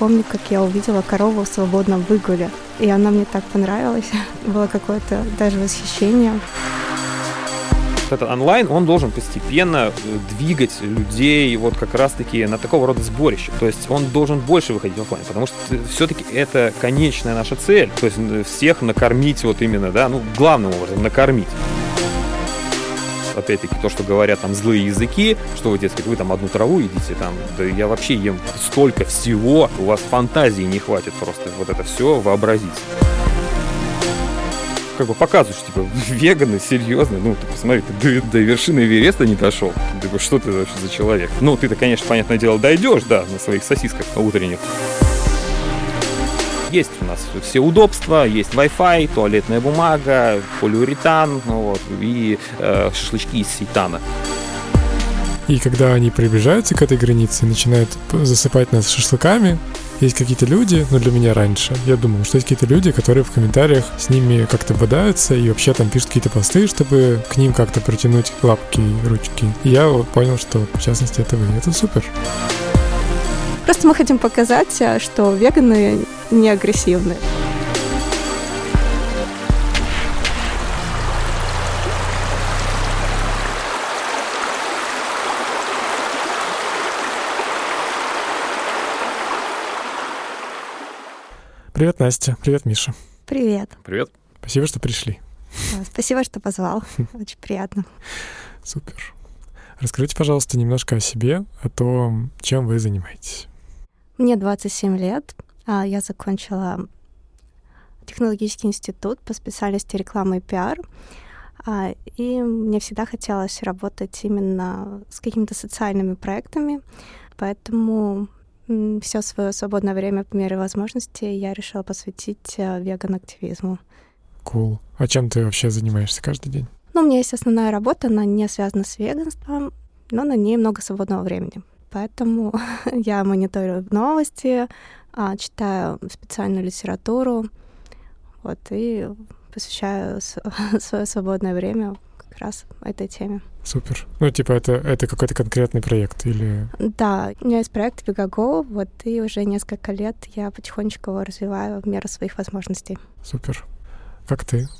помню, как я увидела корову в свободном выгуле. И она мне так понравилась. Было какое-то даже восхищение. Этот онлайн, он должен постепенно двигать людей вот как раз-таки на такого рода сборище. То есть он должен больше выходить в офлайн, потому что все-таки это конечная наша цель. То есть всех накормить вот именно, да, ну, главным образом накормить. Опять-таки, то, что говорят там злые языки, что вы, дескать, вы там одну траву едите, там, да я вообще ем столько всего, у вас фантазии не хватит просто вот это все вообразить. Как бы показываешь, типа, веганы, серьезно, ну, ты посмотри, ты до вершины Эвереста не дошел. Ты, что ты вообще за человек? Ну, ты-то, конечно, понятное дело, дойдешь, да, на своих сосисках утренних. Есть у нас все удобства, есть Wi-Fi, туалетная бумага, полиуретан, ну, вот, и шашлычки из сейтана. И когда они приближаются к этой границе и начинают засыпать нас шашлыками, есть какие-то люди, ну для меня раньше, я думал, что есть какие-то люди, которые в комментариях с ними как-то бодаются и вообще там пишут какие-то посты, чтобы к ним как-то протянуть лапки и ручки. И я вот понял, что в частности это вы. Это супер. Просто мы хотим показать, что веганы не агрессивны. Привет, Настя. Привет, Миша. Привет. Привет. Спасибо, что пришли. Спасибо, что позвал. Очень приятно. Супер. Расскажите, пожалуйста, немножко о себе, о том, чем вы занимаетесь. Мне 27 лет. Я закончила технологический институт по специальности реклама и пиар. И мне всегда хотелось работать именно с какими-то социальными проектами. Поэтому все свое свободное время по мере возможностей я решила посвятить веган-активизму. Cool. А чем ты вообще занимаешься каждый день? Ну, у меня есть основная работа, она не связана с веганством, но на ней много свободного времени. Поэтому я мониторю новости, читаю специальную литературу, вот, и посвящаю свое свободное время как раз этой теме. Супер. Ну, типа, это какой-то конкретный проект или... Да, у меня есть проект VegaGo, вот, и уже несколько лет я потихонечку его развиваю в меру своих возможностей. Супер. Как ты?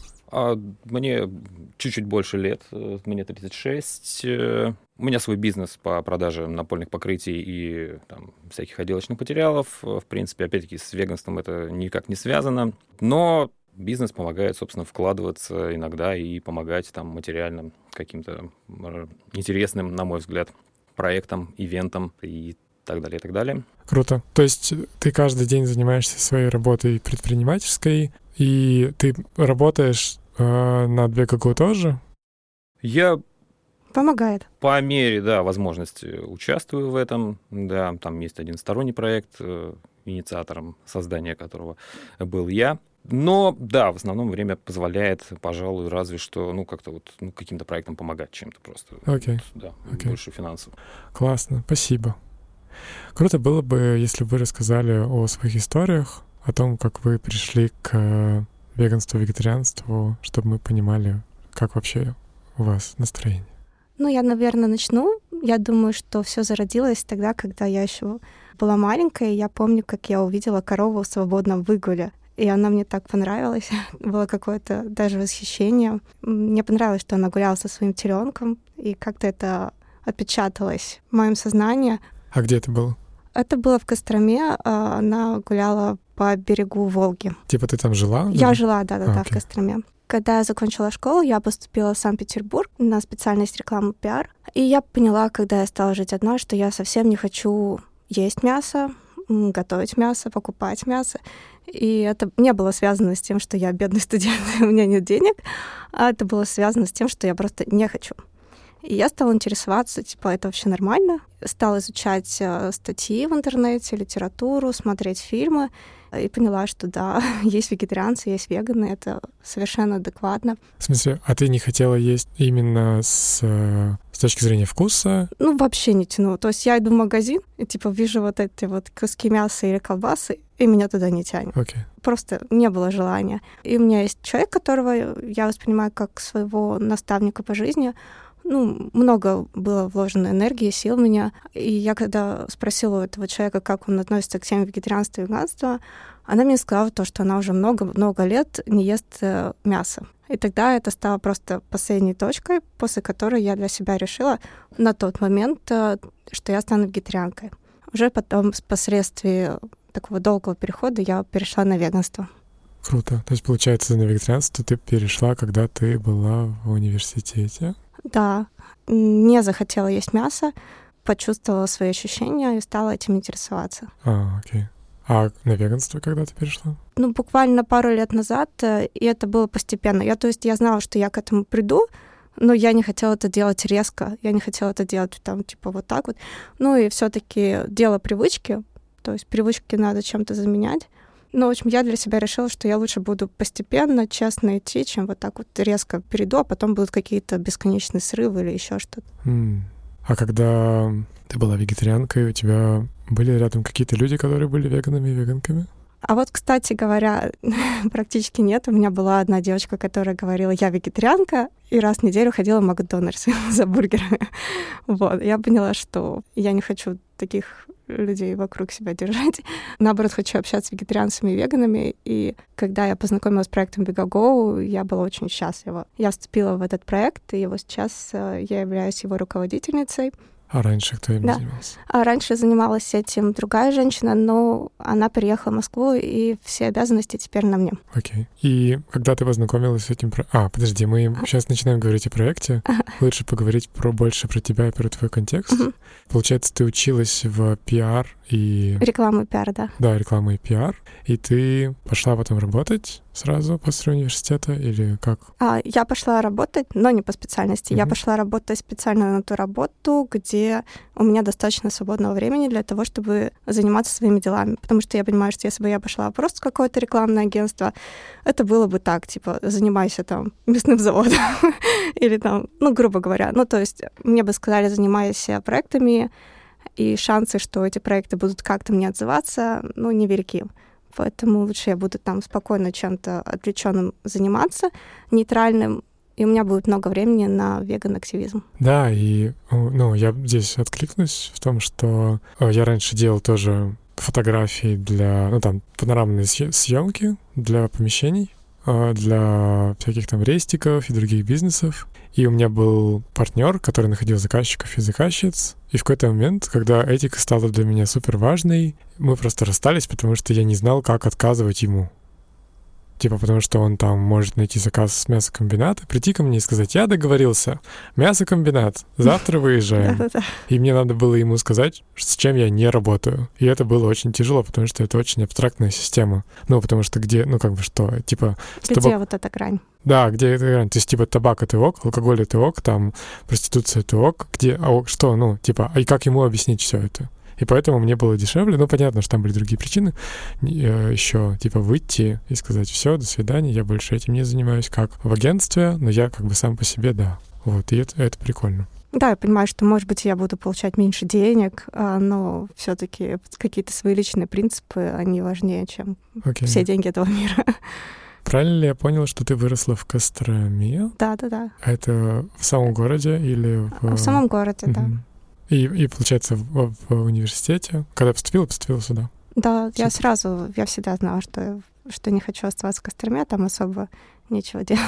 Мне чуть-чуть больше лет, мне 36. У меня свой бизнес по продаже напольных покрытий и там, всяких отделочных материалов. В принципе, опять-таки, с веганством это никак не связано. Но бизнес помогает, собственно, вкладываться иногда и помогать там материальным каким-то интересным, на мой взгляд, проектам, ивентам и так далее, и так далее. Круто. То есть ты каждый день занимаешься своей работой предпринимательской, и ты работаешь над VegaGo тоже? Я помогает. По мере, да, возможности участвую в этом. Да, там есть один сторонний проект, инициатором создания которого был я. Но, да, в основном время позволяет, пожалуй, разве что, ну, как-то вот каким-то проектам помогать чем-то просто. Окей. Вот, да, Окей. Больше финансов. Классно, спасибо. Круто было бы, если бы вы рассказали о своих историях, о том, как вы пришли к веганству, вегетарианству, чтобы мы понимали, как вообще у вас настроение. Ну, я, наверное, начну. Я думаю, что все зародилось тогда, когда я еще была маленькая, и я помню, как я увидела корову в свободном выгуле. И она мне так понравилась. Было какое-то даже восхищение. Мне понравилось, что она гуляла со своим теленком, и как-то это отпечаталось в моем сознании. А где это было? Это было в Костроме. Она гуляла по берегу Волги. Типа ты там жила? Я жила, да, в окей. Костроме. Когда я закончила школу, я поступила в Санкт-Петербург на специальность реклама и пиар. И я поняла, когда я стала жить одна, что я совсем не хочу есть мясо, готовить мясо, покупать мясо. И это не было связано с тем, что я бедный студент, у меня нет денег, а это было связано с тем, что я просто не хочу. И я стала интересоваться, типа, это вообще нормально? Стала изучать статьи в интернете, литературу, смотреть фильмы, и поняла, что да, есть вегетарианцы, есть веганы, это совершенно адекватно. В смысле, а ты не хотела есть именно с точки зрения вкуса? Ну, вообще не тянуло. То есть я иду в магазин, и, типа, вижу вот эти вот куски мяса или колбасы, и меня туда не тянет. Okay. Просто не было желания. И у меня есть человек, которого я воспринимаю как своего наставника по жизни. много было вложено энергии, сил в меня. И я когда спросила у этого человека, как он относится к теме вегетарианства и веганства, она мне сказала то, что она уже много-много лет не ест мясо. И тогда это стало просто последней точкой, после которой я для себя решила на тот момент, что я стану вегетарианкой. Уже потом, впоследствии такого долгого перехода, я перешла на веганство. Круто. То есть, получается, на вегетарианство ты перешла, когда ты была в университете? Да. Не захотела есть мясо, почувствовала свои ощущения и стала этим интересоваться. Окей. А на веганство когда ты перешла? Буквально пару лет назад, и это было постепенно. Я знала, что я к этому приду, но я не хотела это делать резко. Я не хотела это делать вот так вот. И все-таки дело привычки. То есть привычки надо чем-то заменять. В общем, я для себя решила, что я лучше буду постепенно, честно идти, чем вот так вот резко перейду, а потом будут какие-то бесконечные срывы или еще что-то. А когда ты была вегетарианкой, у тебя были рядом какие-то люди, которые были веганами и веганками? А вот, кстати говоря, практически нет. У меня была одна девочка, которая говорила, я вегетарианка, и раз в неделю ходила в Макдональдс за бургерами. Вот. Я поняла, что я не хочу таких людей вокруг себя держать. Наоборот, хочу общаться с вегетарианцами и веганами. И когда я познакомилась с проектом VegaGo, я была очень счастлива. Я вступила в этот проект, и сейчас я являюсь его руководительницей. А раньше кто им занимался? А раньше занималась этим другая женщина, но она переехала в Москву, и все обязанности теперь на мне. Окей. И когда ты познакомилась с этим... подожди, мы сейчас начинаем говорить о проекте. Лучше поговорить больше про тебя и про твой контекст. Получается, ты училась в пиар и... Рекламу и пиар, да. Да, рекламу и пиар. И ты пошла потом работать сразу после университета или как? Я пошла работать, но не по специальности. Я пошла работать специально на ту работу, где у меня достаточно свободного времени для того, чтобы заниматься своими делами. Потому что я понимаю, что если бы я пошла просто в какое-то рекламное агентство, это было бы так, занимайся мясным заводом. Или грубо говоря. То есть мне бы сказали, занимайся проектами, и шансы, что эти проекты будут как-то мне отзываться, невелики. Поэтому лучше я буду спокойно чем-то отвлеченным заниматься, нейтральным, и у меня будет много времени на веган-активизм. Да, и я здесь откликнусь в том, что я раньше делал тоже фотографии для, панорамные съемки для помещений, для всяких рейстиков и других бизнесов. И у меня был партнер, который находил заказчиков и заказчиц. И в какой-то момент, когда этика стала для меня супер важной, мы просто расстались, потому что я не знал, как отказывать ему. Потому что он может найти заказ с мясокомбината, прийти ко мне и сказать, я договорился, мясокомбинат, завтра выезжаем. И мне надо было ему сказать, с чем я не работаю. И это было очень тяжело, потому что это очень абстрактная система. Потому что где, что, Где вот эта грань? Да, где эта грань? То есть, табак — это ок, алкоголь — это ок, проституция — это ок. Где, что, и как ему объяснить все это? И поэтому мне было дешевле. Понятно, что там были другие причины. Еще, выйти и сказать, все, до свидания, я больше этим не занимаюсь, как в агентстве, но я сам по себе, да. Вот, и это прикольно. Да, я понимаю, что, может быть, я буду получать меньше денег, но все-таки какие-то свои личные принципы, они важнее, чем все деньги этого мира. Правильно ли я понял, что ты выросла в Костроме? Да. А это в самом городе или в самом городе, да. И получается, в университете, когда поступила сюда? Да, я всегда знала, что не хочу оставаться в Костроме, там особо нечего делать.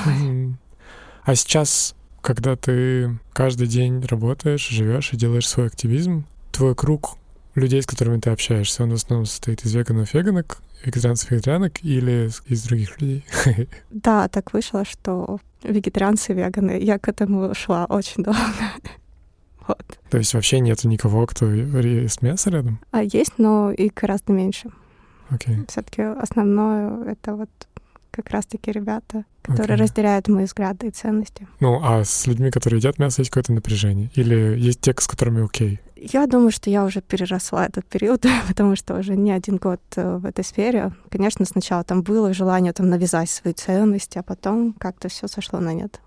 А сейчас, когда ты каждый день работаешь, живешь и делаешь свой активизм, твой круг людей, с которыми ты общаешься, он в основном состоит из веганов, веганок, вегетарианцев, вегетарианок или из других людей? Да, так вышло, что вегетарианцы и веганы. Я к этому шла очень долго. Вот. То есть вообще нету никого, кто ест мясо рядом? Есть, но и гораздо меньше. Okay. Все-таки основное — это как раз-таки ребята, которые разделяют мои взгляды и ценности. А с людьми, которые едят мясо, есть какое-то напряжение? Или есть те, с которыми окей? Я думаю, что я уже переросла этот период, потому что уже не один год в этой сфере. Конечно, сначала было желание навязать свои ценности, а потом как-то все сошло на нет.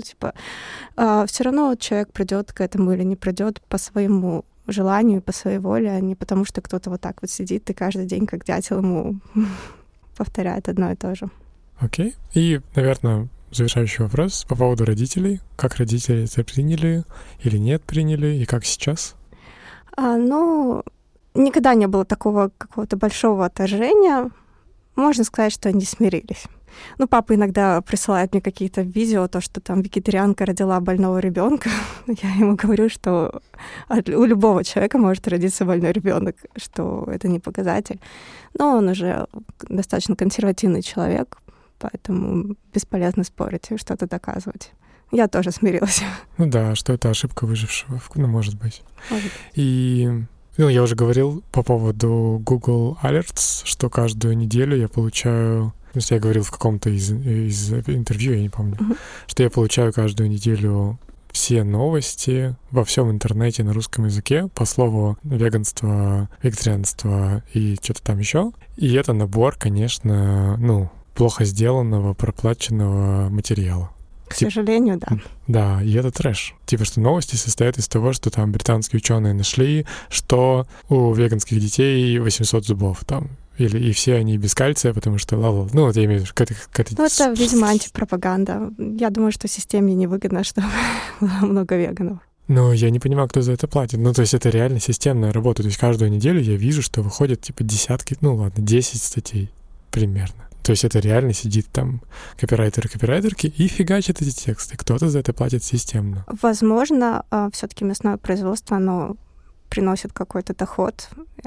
Все равно человек придет к этому или не придет по своему желанию, по своей воле, а не потому, что кто-то сидит и каждый день, как дятел, ему повторяет одно и то же. Окей. И, наверное, завершающий вопрос по поводу родителей. Как родители это приняли или нет приняли, и как сейчас? Никогда не было такого какого-то большого отторжения. Можно сказать, что они смирились. Папа иногда присылает мне какие-то видео, то, что там вегетарианка родила больного ребенка. Я ему говорю, что у любого человека может родиться больной ребенок, что это не показатель. Но он уже достаточно консервативный человек, поэтому бесполезно спорить и что-то доказывать. Я тоже смирилась. Что это ошибка выжившего, может быть. И я уже говорил по поводу Google Alerts, что каждую неделю я получаю... я говорил в каком-то из интервью, я не помню, что я получаю каждую неделю все новости во всем интернете на русском языке по слову веганство, вегетарианство и что-то там еще. И это набор, конечно, плохо сделанного, проплаченного материала. К сожалению, да. Да, и это трэш. Что новости состоят из того, что там британские ученые нашли, что у веганских детей 800 зубов там. И все они без кальция, потому что я имею в виду, это, видимо, антипропаганда. Я думаю, что системе невыгодно, чтобы было много веганов. Но я не понимаю, кто за это платит. Это реально системная работа. То есть каждую неделю я вижу, что выходят десятки, 10 статей примерно. То есть это реально сидит там копирайтеры-копирайтерки и фигачат эти тексты. Кто-то за это платит системно. Возможно, все-таки мясное производство, оно приносит какой-то доход.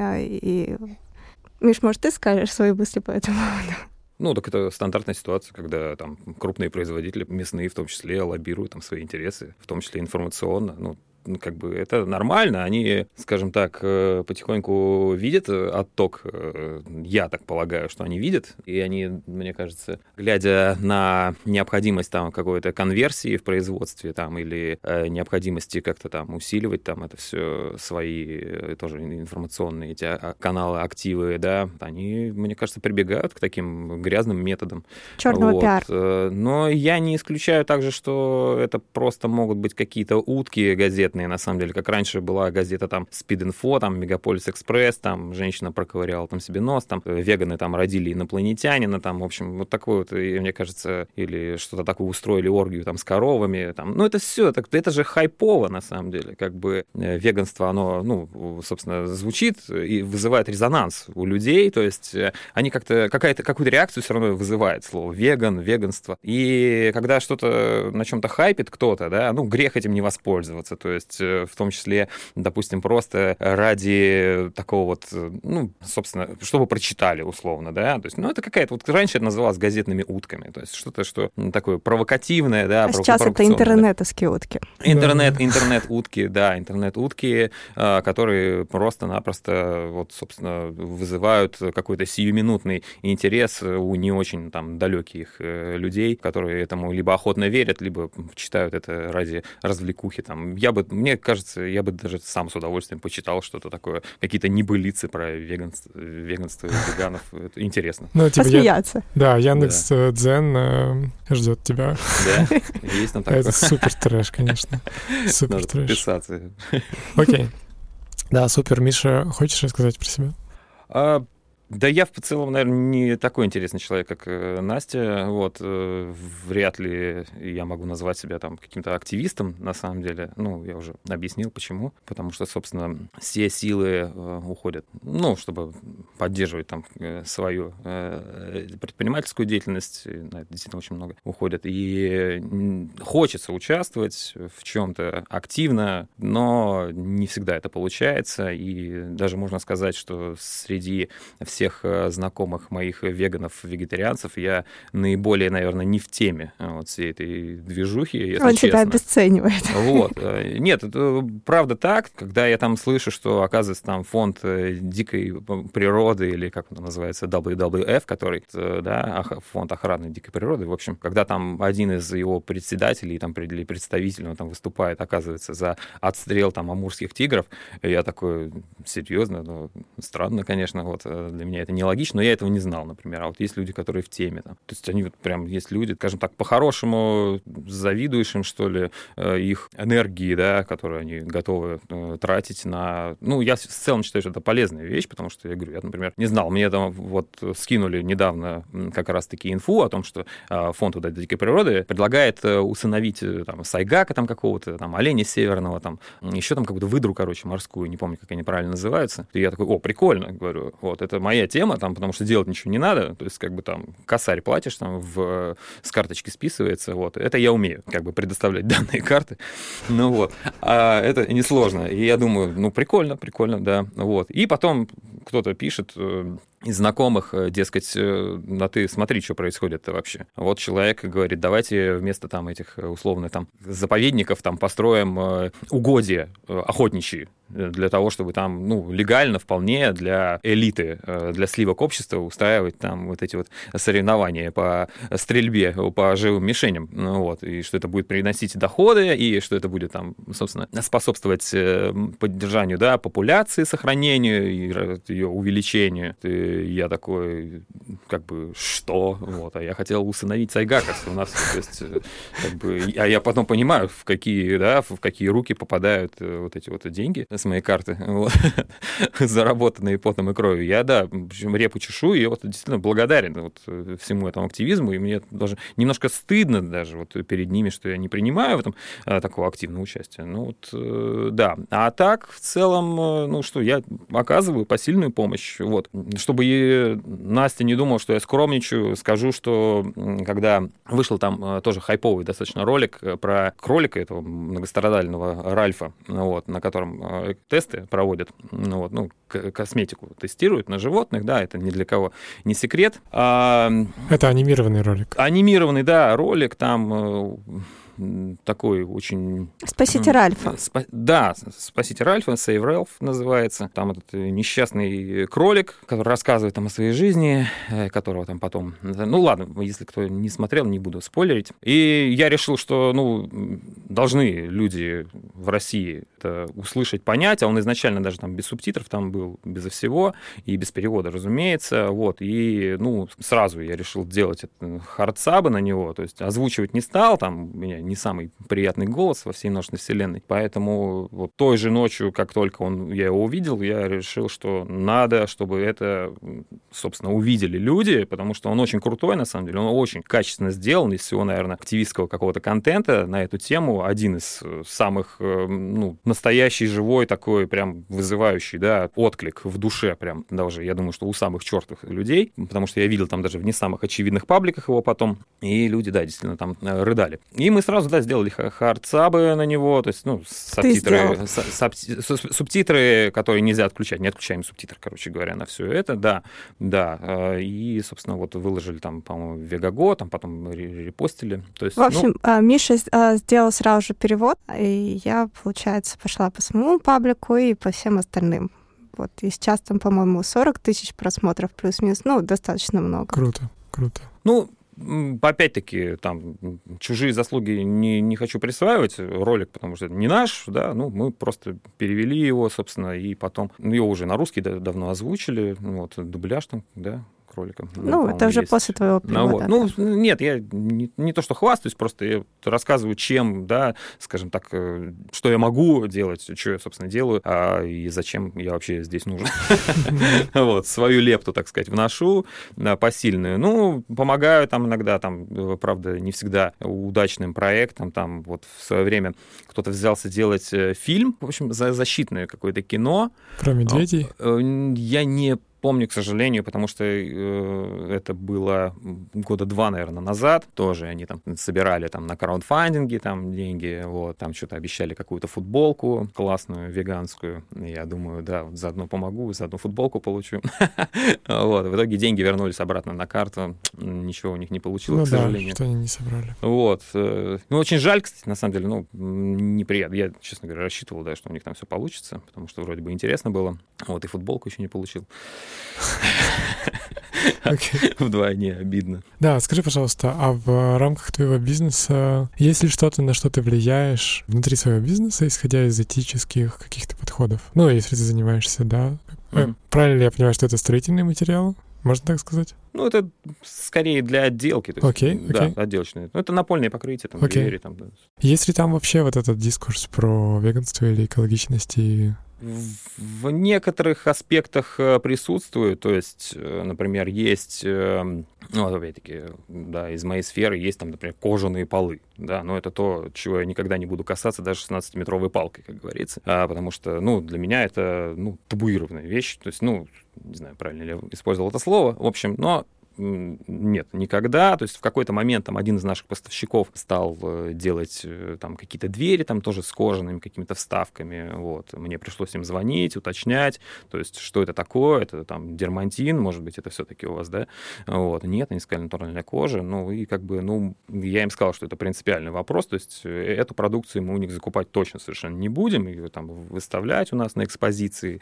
И, Миш, может, ты скажешь свои мысли по этому поводу? Так это стандартная ситуация, когда там крупные производители мясные в том числе лоббируют там свои интересы, в том числе информационно. Это нормально, они, скажем так, потихоньку видят отток, я так полагаю, что они видят, и они, мне кажется, глядя на необходимость там какой-то конверсии в производстве там или необходимости как-то там усиливать там это все свои тоже информационные эти каналы, активы, да, они, мне кажется, прибегают к таким грязным методам. Черного пиара. Но я не исключаю также, что это просто могут быть какие-то утки газетные, на самом деле, как раньше была газета там Speed.Info, там Мегаполис Экспресс, там женщина проковыряла там себе нос, там веганы там родили инопланетянина, там, в общем, вот такой вот, и, мне кажется, или что-то такое устроили оргию там с коровами, там, это все, это же хайпово, на самом деле, веганство, оно, собственно, звучит и вызывает резонанс у людей, то есть они какую-то реакцию все равно вызывает слово веган, веганство, и когда что-то на чем-то хайпит кто-то, да, грех этим не воспользоваться, то есть в том числе, допустим, просто ради такого собственно, чтобы прочитали условно, да, то есть, это какая-то, раньше это называлось газетными утками, то есть что-то, что такое провокативное, да. А сейчас это интернетовские утки. Интернет-утки, да, интернет-утки, которые просто-напросто, собственно, вызывают какой-то сиюминутный интерес у не очень там далеких людей, которые этому либо охотно верят, либо читают это ради развлекухи, там, мне кажется, я бы даже сам с удовольствием почитал что-то такое, какие-то небылицы про веганство и веганов. Это интересно. Посмеяться. Яндекс.Дзен ждет тебя. Да, есть там такое. Это супер трэш, конечно. Супер трэш. Надо подписаться. Окей. Да, супер. Миша, хочешь рассказать про себя? Да я в целом, наверное, не такой интересный человек, как Настя. Вряд ли я могу назвать себя там каким-то активистом, на самом деле. Я уже объяснил, почему. Потому что, собственно, все силы уходят, чтобы поддерживать там свою предпринимательскую деятельность. На это действительно очень много уходит. И хочется участвовать в чем-то активно, но не всегда это получается. И даже можно сказать, что среди всех знакомых моих веганов, вегетарианцев, я наиболее, наверное, не в теме всей этой движухи, если Он честно. тебя обесценивает. Нет, это правда так. Когда я там слышу, что, оказывается, там фонд дикой природы, или как он называется, WWF, который, да, фонд охраны дикой природы, в общем, когда там один из его председателей там, или представителей, он там выступает, оказывается, за отстрел там амурских тигров, я такой, серьезно, странно, конечно, для меня меня это нелогично, но я этого не знал, например. А вот есть люди, которые в теме. Там. То есть они вот прям, есть люди, скажем так, по-хорошему завидуешь им, что ли, их энергии, да, которые они готовы тратить на... Ну, я в целом считаю, что это полезная вещь, потому что, я говорю, я, например, не знал. Мне там вот скинули недавно как раз-таки инфу о том, что фонд вот этой дикой природы предлагает усыновить там сайгака там какого-то, там оленя северного, там еще там какую-то выдру, короче, морскую, не помню, как они правильно называются. И я такой, о, прикольно, говорю, вот, это моя тема, там, потому что делать ничего не надо, то есть как бы там косарь платишь, там с карточки списывается, вот, это я умею, как бы предоставлять данные карты, ну вот, а это несложно, и я думаю, ну, прикольно, да, вот, и потом кто-то пишет из знакомых, дескать, а ты смотри, что происходит-то вообще. Вот человек говорит, давайте вместо там этих условно там заповедников там построим угодья охотничьи, для того, чтобы там, ну, легально вполне для элиты, для сливок общества устраивать там вот эти вот соревнования по стрельбе по живым мишеням, ну, вот, и что это будет приносить доходы, и что это будет там, собственно, способствовать поддержанию, да, популяции, сохранению и ее увеличению. И я такой, как бы, что? Вот, а я хотел усыновить сайгака у нас, то есть, как бы, а я потом понимаю, в какие руки попадают вот эти вот деньги с моей карты, вот, заработанные потом и кровью. Я, да, репу чешу, и вот действительно благодарен вот всему этому активизму, и мне даже немножко стыдно даже вот перед ними, что я не принимаю в этом такого активного участия. Ну вот, да. А так, в целом, ну что, я оказываю посильную помощь. Вот. Чтобы Настя не думала, что я скромничаю, скажу, что когда вышел там тоже хайповый достаточно ролик про кролика этого многострадального Ральфа, вот, на котором тесты проводят, ну, вот, ну, косметику тестируют на животных, да, это ни для кого не секрет. Это анимированный ролик. Анимированный, да, ролик, там такой очень... «Спасите Ральфа». Да, «Спасите Ральфа», «Save Ralph» называется. Там этот несчастный кролик, который рассказывает там о своей жизни, которого там потом... Ну ладно, если кто не смотрел, не буду спойлерить. И я решил, что, ну, должны люди в России это услышать, понять, а он изначально даже там без субтитров там был, безо всего, и без перевода, разумеется, вот, и, ну, сразу я решил делать хардсабы на него, то есть озвучивать не стал, там у меня не самый приятный голос во всей множественной вселенной, поэтому вот той же ночью, как только я его увидел, я решил, что надо, чтобы это, собственно, увидели люди, потому что он очень крутой, на самом деле, он очень качественно сделан, из всего, наверное, активистского какого-то контента на эту тему, один из самых, ну, настоящий, живой, такой прям вызывающий, да, отклик в душе прям, даже, я думаю, что у самых чертовых людей, потому что я видел там даже в не самых очевидных пабликах его потом, и люди, да, действительно там рыдали. И мы сразу, да, сделали хардсабы на него, то есть, ну, субтитры, которые нельзя отключать, не отключаем субтитры, короче говоря, на все это, да, и, собственно, вот выложили там, по-моему, в Вегаго, там потом репостили. То есть, в общем, Миша сделал сразу же перевод, и я, получается, пошла по своему паблику и по всем остальным. Вот, и сейчас там, по-моему, 40 тысяч просмотров плюс-минус, ну, достаточно много. Круто, круто. Ну, опять-таки, там, чужие заслуги не хочу присваивать ролик, потому что это не наш, да, ну, мы просто перевели его, собственно, и потом его уже на русский давно озвучили, вот, дубляж там, да, кроликом. Ну, это уже есть. После твоего перевода. Ну, вот. Ну, нет, я не то, что хвастаюсь, просто я рассказываю, чем, да, скажем так, что я могу делать, что я, собственно, делаю, и зачем я вообще здесь нужен. Вот, свою лепту, так сказать, вношу посильную. Ну, помогаю там иногда, там, правда, не всегда удачным проектам, там, вот в свое время кто-то взялся делать фильм, в общем, защитное какое-то кино. Про медведей? Я не помню, к сожалению, потому что это было года 2, наверное, назад. Тоже они там собирали там на краудфандинге там деньги, вот, там что-то обещали какую-то футболку классную, веганскую. Я думаю, да, вот заодно помогу, заодно футболку получу. Вот, в итоге деньги вернулись обратно на карту. Ничего у них не получилось, к сожалению. Да, что они не собрали. Вот. Ну, очень жаль, кстати, на самом деле, ну, неприятно. Я, честно говоря, рассчитывал, да, что у них там все получится, потому что вроде бы интересно было. Вот, и футболку еще не получил. Вдвойне обидно. Да, скажи, пожалуйста, а в рамках твоего бизнеса есть ли что-то, на что ты влияешь внутри своего бизнеса, исходя из этических каких-то подходов? Ну, если ты занимаешься, да, Правильно ли я понимаю, что это строительные материалы? Можно так сказать? Ну, это скорее для отделки. То есть, да, отделочные. Ну, это напольные покрытия, там, двери. Там, да. Есть ли там вообще вот этот дискурс про веганство или экологичность? В некоторых аспектах присутствует. То есть, например, есть, ну, опять-таки, да, из моей сферы есть, там, например, кожаные полы. Да, но это то, чего я никогда не буду касаться даже 16-метровой палкой, как говорится. Потому что, ну, для меня это, ну, табуированная вещь. То есть, ну, не знаю, правильно ли я использовал это слово. В общем, но нет, никогда. То есть в какой-то момент там один из наших поставщиков стал делать там какие-то двери, там тоже с кожаными какими-то вставками. Вот. Мне пришлось им звонить, уточнять, то есть что это такое, это там дермантин, может быть, это все-таки у вас, да? Вот. Нет, они сказали, натуральная кожа. Ну и как бы, ну, я им сказал, что это принципиальный вопрос, то есть эту продукцию мы у них закупать точно совершенно не будем, ее там выставлять у нас на экспозиции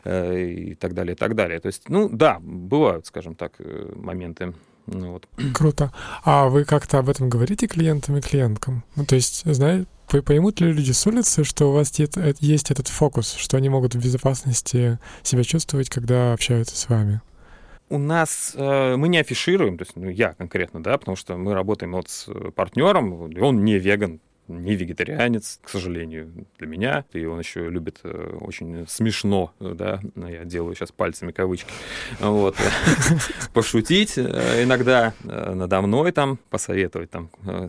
и так далее, и так далее. То есть, ну да, бывают, скажем так, моменты. Ну, вот. Круто. А вы как-то об этом говорите клиентам и клиенткам? Ну, то есть, знаете, поймут ли люди с улицы, что у вас есть этот фокус, что они могут в безопасности себя чувствовать, когда общаются с вами? У нас мы не афишируем, то есть, ну, я конкретно, да, потому что мы работаем вот с партнером, и он не веган, не вегетарианец, к сожалению, для меня. И он еще любит очень смешно, да, я делаю сейчас пальцами кавычки, вот, пошутить иногда надо мной, там, посоветовать там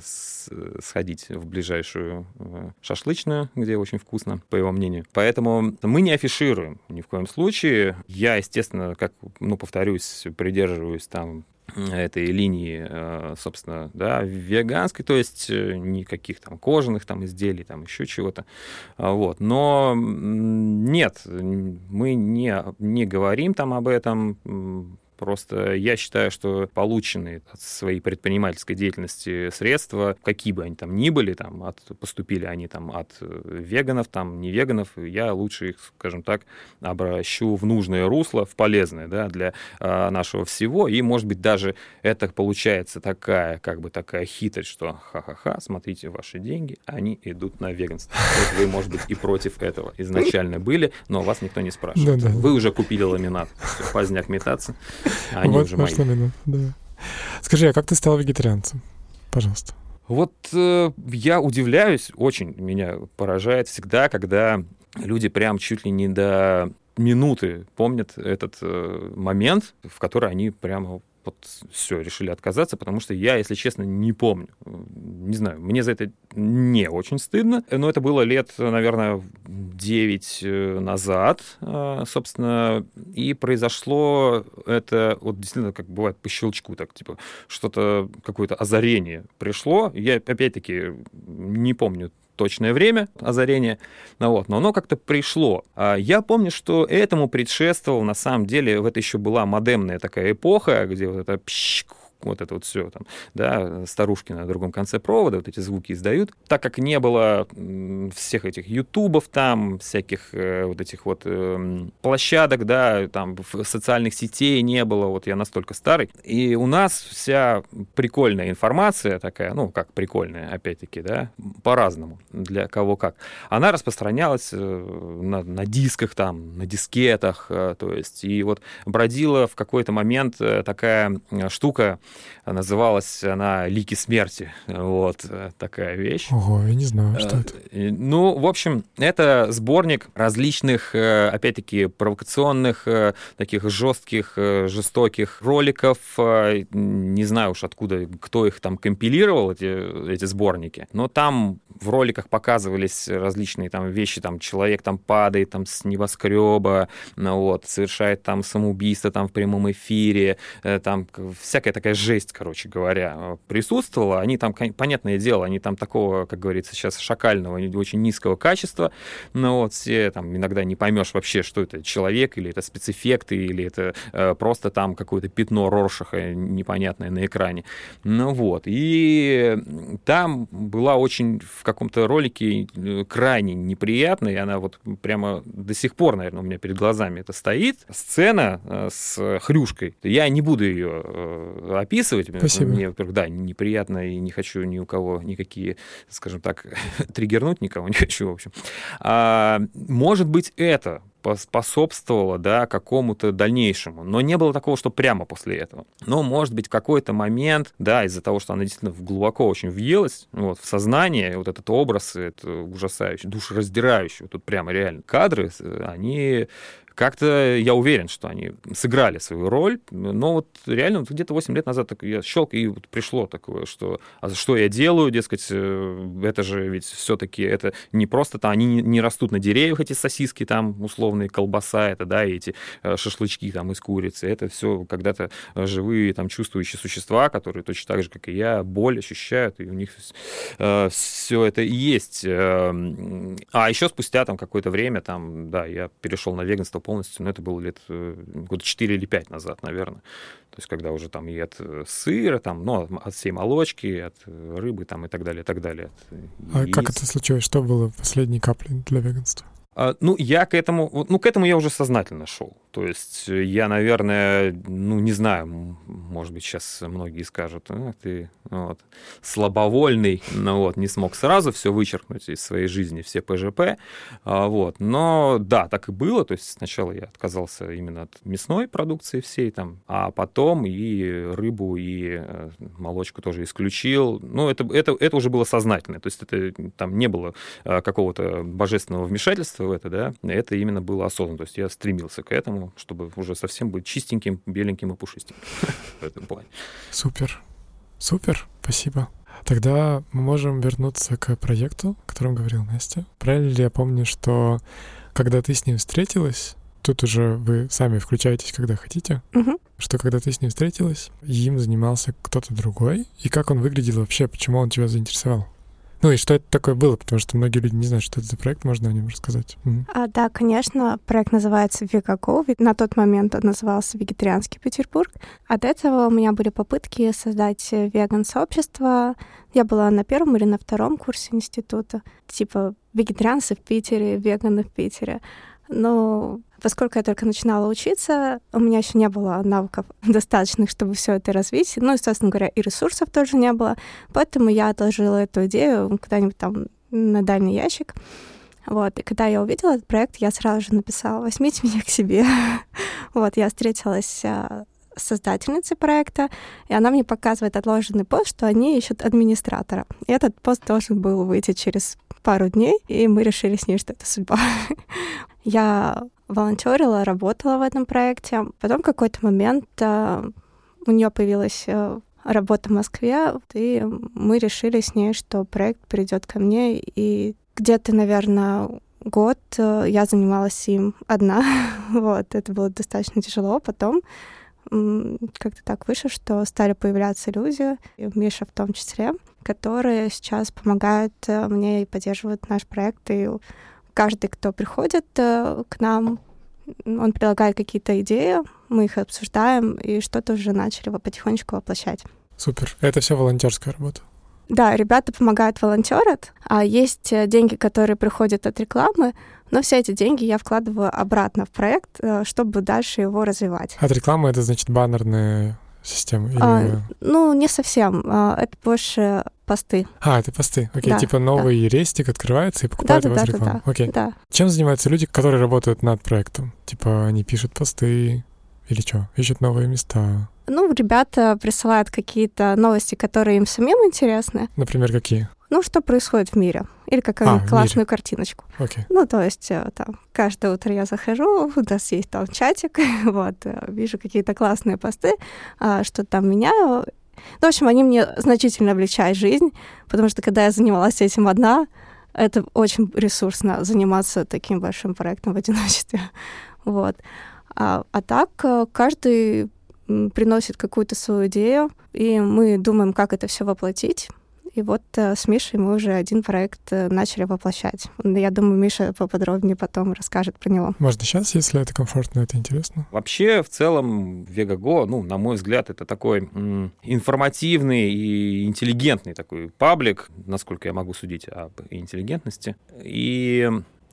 сходить в ближайшую шашлычную, где очень вкусно, по его мнению. Поэтому мы не афишируем ни в коем случае. Я, естественно, как, ну, повторюсь, придерживаюсь там этой линии, собственно, да, веганской, то есть никаких там кожаных там изделий, там еще чего-то, вот. Но нет, мы не говорим там об этом. Просто я считаю, что полученные от своей предпринимательской деятельности средства, какие бы они там ни были, там, поступили они там от веганов, там, не веганов, я лучше их, скажем так, обращу в нужное русло, в полезное, да, для нашего всего. И, может быть, даже это получается такая, как бы такая хитрость, что ха-ха-ха, смотрите, ваши деньги, они идут на веганство. Вот вы, может быть, и против этого изначально были, но вас никто не спрашивает. Да. Вы уже купили ламинат, все, поздняк метаться. Они вот уже мои. Да. Скажи, а как ты стал вегетарианцем? Пожалуйста. Вот я удивляюсь, очень меня поражает всегда, когда люди прям чуть ли не до минуты помнят этот момент, в который они прямо вот все, решили отказаться, потому что я, если честно, не помню. Не знаю, мне за это не очень стыдно, но это было лет, наверное, 9 назад, собственно, и произошло это вот действительно, как бывает, по щелчку, так, типа, что-то, какое-то озарение пришло. Я, опять-таки, не помню точное время озарения, вот, но оно как-то пришло. Я помню, что этому предшествовал, на самом деле, это еще была модемная такая эпоха, где вот это вот это вот все, там, да, старушки на другом конце провода вот эти звуки издают. Так как не было всех этих ютубов там, всяких вот этих вот площадок, да, там, социальных сетей не было, вот я настолько старый. И у нас вся прикольная информация такая, ну, как прикольная, опять-таки, да, по-разному, для кого как. Она распространялась на дисках там, на дискетах, то есть, и вот бродила в какой-то момент такая штука, называлась она «Лики смерти». Вот такая вещь. Ого, я не знаю, что это. Ну, в общем, это сборник различных, опять-таки, провокационных, таких жестких, жестоких роликов. Не знаю уж откуда, кто их там компилировал, эти сборники. Но там в роликах показывались различные там вещи. Там человек там падает там с небоскреба, вот, совершает там самоубийство там в прямом эфире. Там всякая такая жесть, короче говоря, присутствовала. Они там, понятное дело, они там такого, как говорится, сейчас шакального, очень низкого качества. Но вот все там иногда не поймешь вообще, что это человек, или это спецэффекты, или это просто там какое-то пятно Роршаха непонятное на экране. Ну вот. И там была очень в каком-то ролике крайне неприятная, и она вот прямо до сих пор, наверное, у меня перед глазами это стоит. Сцена с хрюшкой. Я не буду ее описывать. Спасибо. Мне, во-первых, да, неприятно, и не хочу ни у кого никакие, скажем так, триггернуть никого не хочу, в общем. Может быть, это способствовало, да, какому-то дальнейшему. Но не было такого, что прямо после этого. Но, может быть, в какой-то момент, да, из-за того, что она действительно глубоко очень въелась вот, в сознание, вот этот образ, это ужасающий, душераздирающий, вот тут прямо реально кадры, они... Как-то я уверен, что они сыграли свою роль, но вот реально вот где-то 8 лет назад я щелк, и вот пришло такое, что что я делаю, дескать, это же ведь все-таки это не просто там, они не растут на деревьях, эти сосиски там, условные, колбаса, это, да, и эти шашлычки там из курицы, это все когда-то живые там чувствующие существа, которые точно так же, как и я, боль ощущают, и у них все это и есть. А еще спустя там какое-то время, там, да, я перешел на веганство полностью, но это было лет года 4 или 5 назад, наверное. То есть когда уже там и от сыра, там, ну, от всей молочки, от рыбы там, и так далее, и так далее. А как это случилось? Что было последней каплей для веганства? Ну, я к этому я уже сознательно шел. То есть я, наверное, ну, не знаю, может быть, сейчас многие скажут, ты вот, слабовольный, но вот, не смог сразу все вычеркнуть из своей жизни, все ПЖП. Вот. Но да, так и было. То есть сначала я отказался именно от мясной продукции всей, там, а потом и рыбу, и молочку тоже исключил. Ну, это уже было сознательно. То есть это там не было какого-то божественного вмешательства в это, да, это именно было осознанно. То есть я стремился к этому, чтобы уже совсем быть чистеньким, беленьким и пушистеньким в этом плане. Супер, спасибо. Тогда мы можем вернуться к проекту, о котором говорил Настя. Правильно ли я помню, что когда ты с ним встретилась, тут уже вы сами включаетесь, когда хотите, что когда ты с ним встретилась, им занимался кто-то другой, и как он выглядел вообще, почему он тебя заинтересовал? Ну и что это такое было, потому что многие люди не знают, что это за проект, можно о нем рассказать. Да, конечно, проект называется Vegago, ведь на тот момент он назывался «Вегетарианский Петербург». От этого у меня были попытки создать веган-сообщество. Я была на 1-м или на 2-м курсе института, типа вегетарианцы в Питере, веганы в Питере. Но поскольку я только начинала учиться, у меня еще не было навыков достаточных, чтобы все это развить. Ну, и, собственно говоря, и ресурсов тоже не было. Поэтому я отложила эту идею куда-нибудь там на дальний ящик. Вот. И когда я увидела этот проект, я сразу же написала: «Возьмите меня к себе». Вот, я встретилась с создательницей проекта, и она мне показывает отложенный пост, что они ищут администратора. И этот пост должен был выйти через пару дней, и мы решили с ней, что это судьба. Я волонтерила, работала в этом проекте. Потом в какой-то момент у нее появилась работа в Москве, и мы решили с ней, что проект перейдет ко мне. И где-то, наверное, год я занималась им одна. Вот, это было достаточно тяжело. Потом как-то так вышло, что стали появляться люди, и Миша в том числе, которые сейчас помогают мне и поддерживают наш проект. И каждый, кто приходит к нам, он предлагает какие-то идеи, мы их обсуждаем, и что-то уже начали потихонечку воплощать. Супер. Это все волонтерская работа? Да, ребята помогают, волонтерят, а есть деньги, которые приходят от рекламы, но все эти деньги я вкладываю обратно в проект, чтобы дальше его развивать. От рекламы это значит баннерная система? Или... Ну, не совсем. Это больше посты. Это посты. Окей, да, типа новый рестик открывается и покупает у вас рекламу. Окей. Да. Чем занимаются люди, которые работают над проектом? Типа они пишут посты или что? Ищут новые места? Ну, ребята присылают какие-то новости, которые им самим интересны. Например, какие? Ну, что происходит в мире. Или какую-нибудь классную картиночку. Okay. Ну, то есть там каждое утро я захожу, у нас есть там чатик, вот, вижу какие-то классные посты, что там меняю. Ну, в общем, они мне значительно облегчают жизнь, потому что когда я занималась этим одна, это очень ресурсно заниматься таким большим проектом в одиночестве. Вот. А так каждый приносит какую-то свою идею, и мы думаем, как это все воплотить. И вот с Мишей мы уже один проект начали воплощать. Я думаю, Миша поподробнее потом расскажет про него. Можно сейчас, если это комфортно, это интересно? Вообще, в целом, Vegago, ну, на мой взгляд, это такой информативный и интеллигентный такой паблик, насколько я могу судить об интеллигентности. И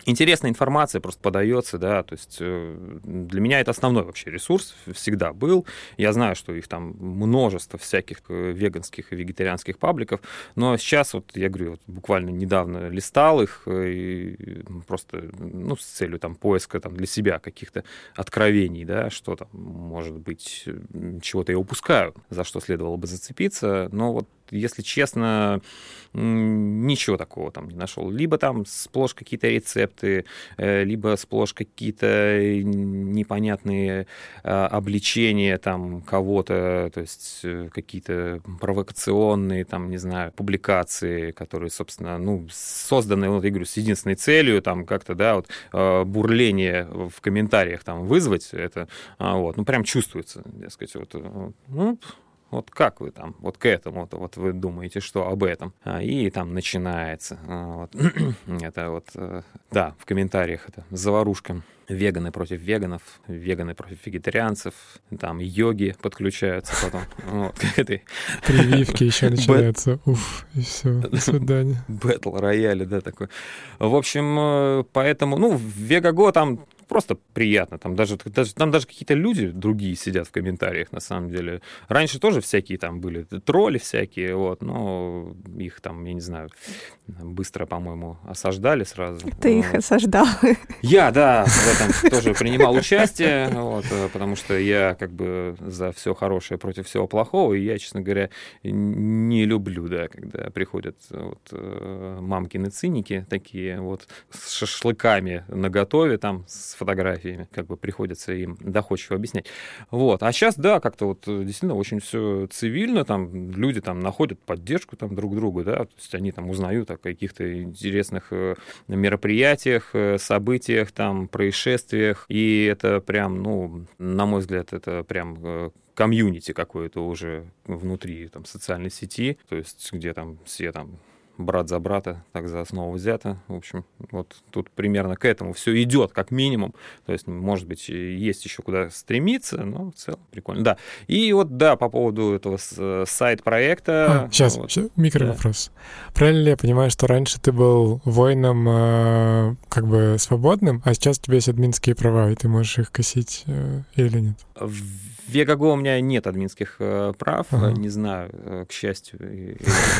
интересная информация просто подается, да, то есть для меня это основной вообще ресурс всегда был. Я знаю, что их там множество всяких веганских и вегетарианских пабликов, но сейчас, вот я говорю, вот буквально недавно листал их и просто, ну, с целью там поиска там для себя каких-то откровений, да, что там, может быть, чего-то я упускаю, за что следовало бы зацепиться, но вот, если честно, ничего такого там не нашел. Либо там сплошь какие-то рецепты, либо сплошь какие-то непонятные обличения там кого-то, то есть какие-то провокационные там, не знаю, публикации, которые, собственно, ну, созданы, вот я говорю, с единственной целью там как-то, да, вот бурление в комментариях там вызвать, это, вот, ну, прям чувствуется, так сказать, вот, ну, вот как вы там, вот к этому, вот вы думаете, что об этом? И там начинается. Вот. Это вот, да, в комментариях это заварушка. Веганы против веганов, веганы против вегетарианцев, там йоги подключаются потом. Вот, прививки еще начинаются. Уф, и все, до свидания. Бэтл рояле, да, такой. В общем, поэтому, ну, в Вегаго там просто приятно. Там даже какие-то люди другие сидят в комментариях, на самом деле. Раньше тоже всякие там были тролли всякие, вот, но их там, я не знаю, быстро, по-моему, осаждали сразу. Ты их осаждал. Я, да, в этом тоже принимал участие, вот, потому что я как бы за все хорошее против всего плохого, и я, честно говоря, не люблю, да, когда приходят вот, мамкины циники такие вот с шашлыками наготове, там, с фотографиями, как бы приходится им доходчиво объяснять. Вот. А сейчас, да, как-то вот действительно очень все цивильно, там люди там находят поддержку там друг другу, да, то есть они там узнают о каких-то интересных мероприятиях, событиях, там, происшествиях, и это прям, ну, на мой взгляд, это прям комьюнити какое-то уже внутри там социальной сети, то есть где там все там брат за брата, так за основу взято. В общем, вот тут примерно к этому все идет, как минимум. То есть, может быть, есть еще куда стремиться, но в целом прикольно. Да. И вот, да, по поводу этого сайт-проекта... Сейчас, вот, микровопрос. Да. Правильно ли я понимаю, что раньше ты был воином как бы свободным, а сейчас у тебя есть админские права, и ты можешь их косить или нет? В Вегаго у меня нет админских прав, не знаю, к счастью или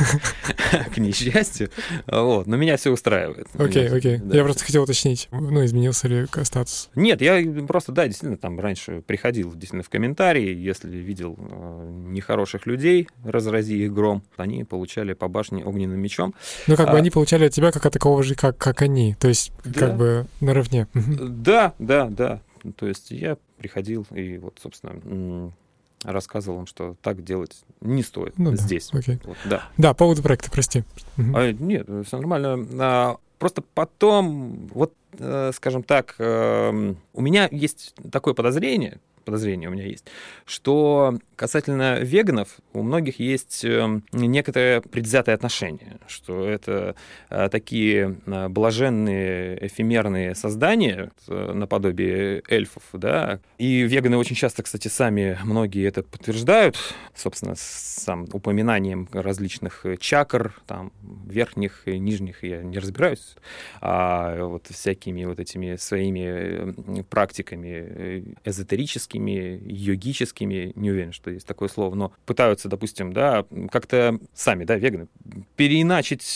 к несчастью, вот, но меня все устраивает. Окей. Да. Я просто хотел уточнить, ну, изменился ли статус? Нет, я просто, да, действительно, там раньше приходил действительно в комментарии, если видел нехороших людей, разрази их гром, они получали по башне огненным мечом. Ну, как бы они получали от тебя как от такого же, как они, то есть как бы наравне. Да. То есть я приходил и вот, собственно, рассказывал им, что так делать не стоит здесь. Да, окей. Вот, да. Да, по поводу проекта, прости. Нет, все нормально. Просто потом, вот, скажем так, у меня есть такое подозрение у меня есть, что касательно веганов у многих есть некоторое предвзятое отношение, что это такие блаженные эфемерные создания наподобие эльфов, да, и веганы очень часто, кстати, сами многие это подтверждают, собственно, сам упоминанием различных чакр, там, верхних и нижних, я не разбираюсь, а вот всякими вот этими своими практиками эзотерическими, йогическими, не уверен, что есть такое слово, но пытаются, допустим, да, как-то сами, да, веганы, переиначить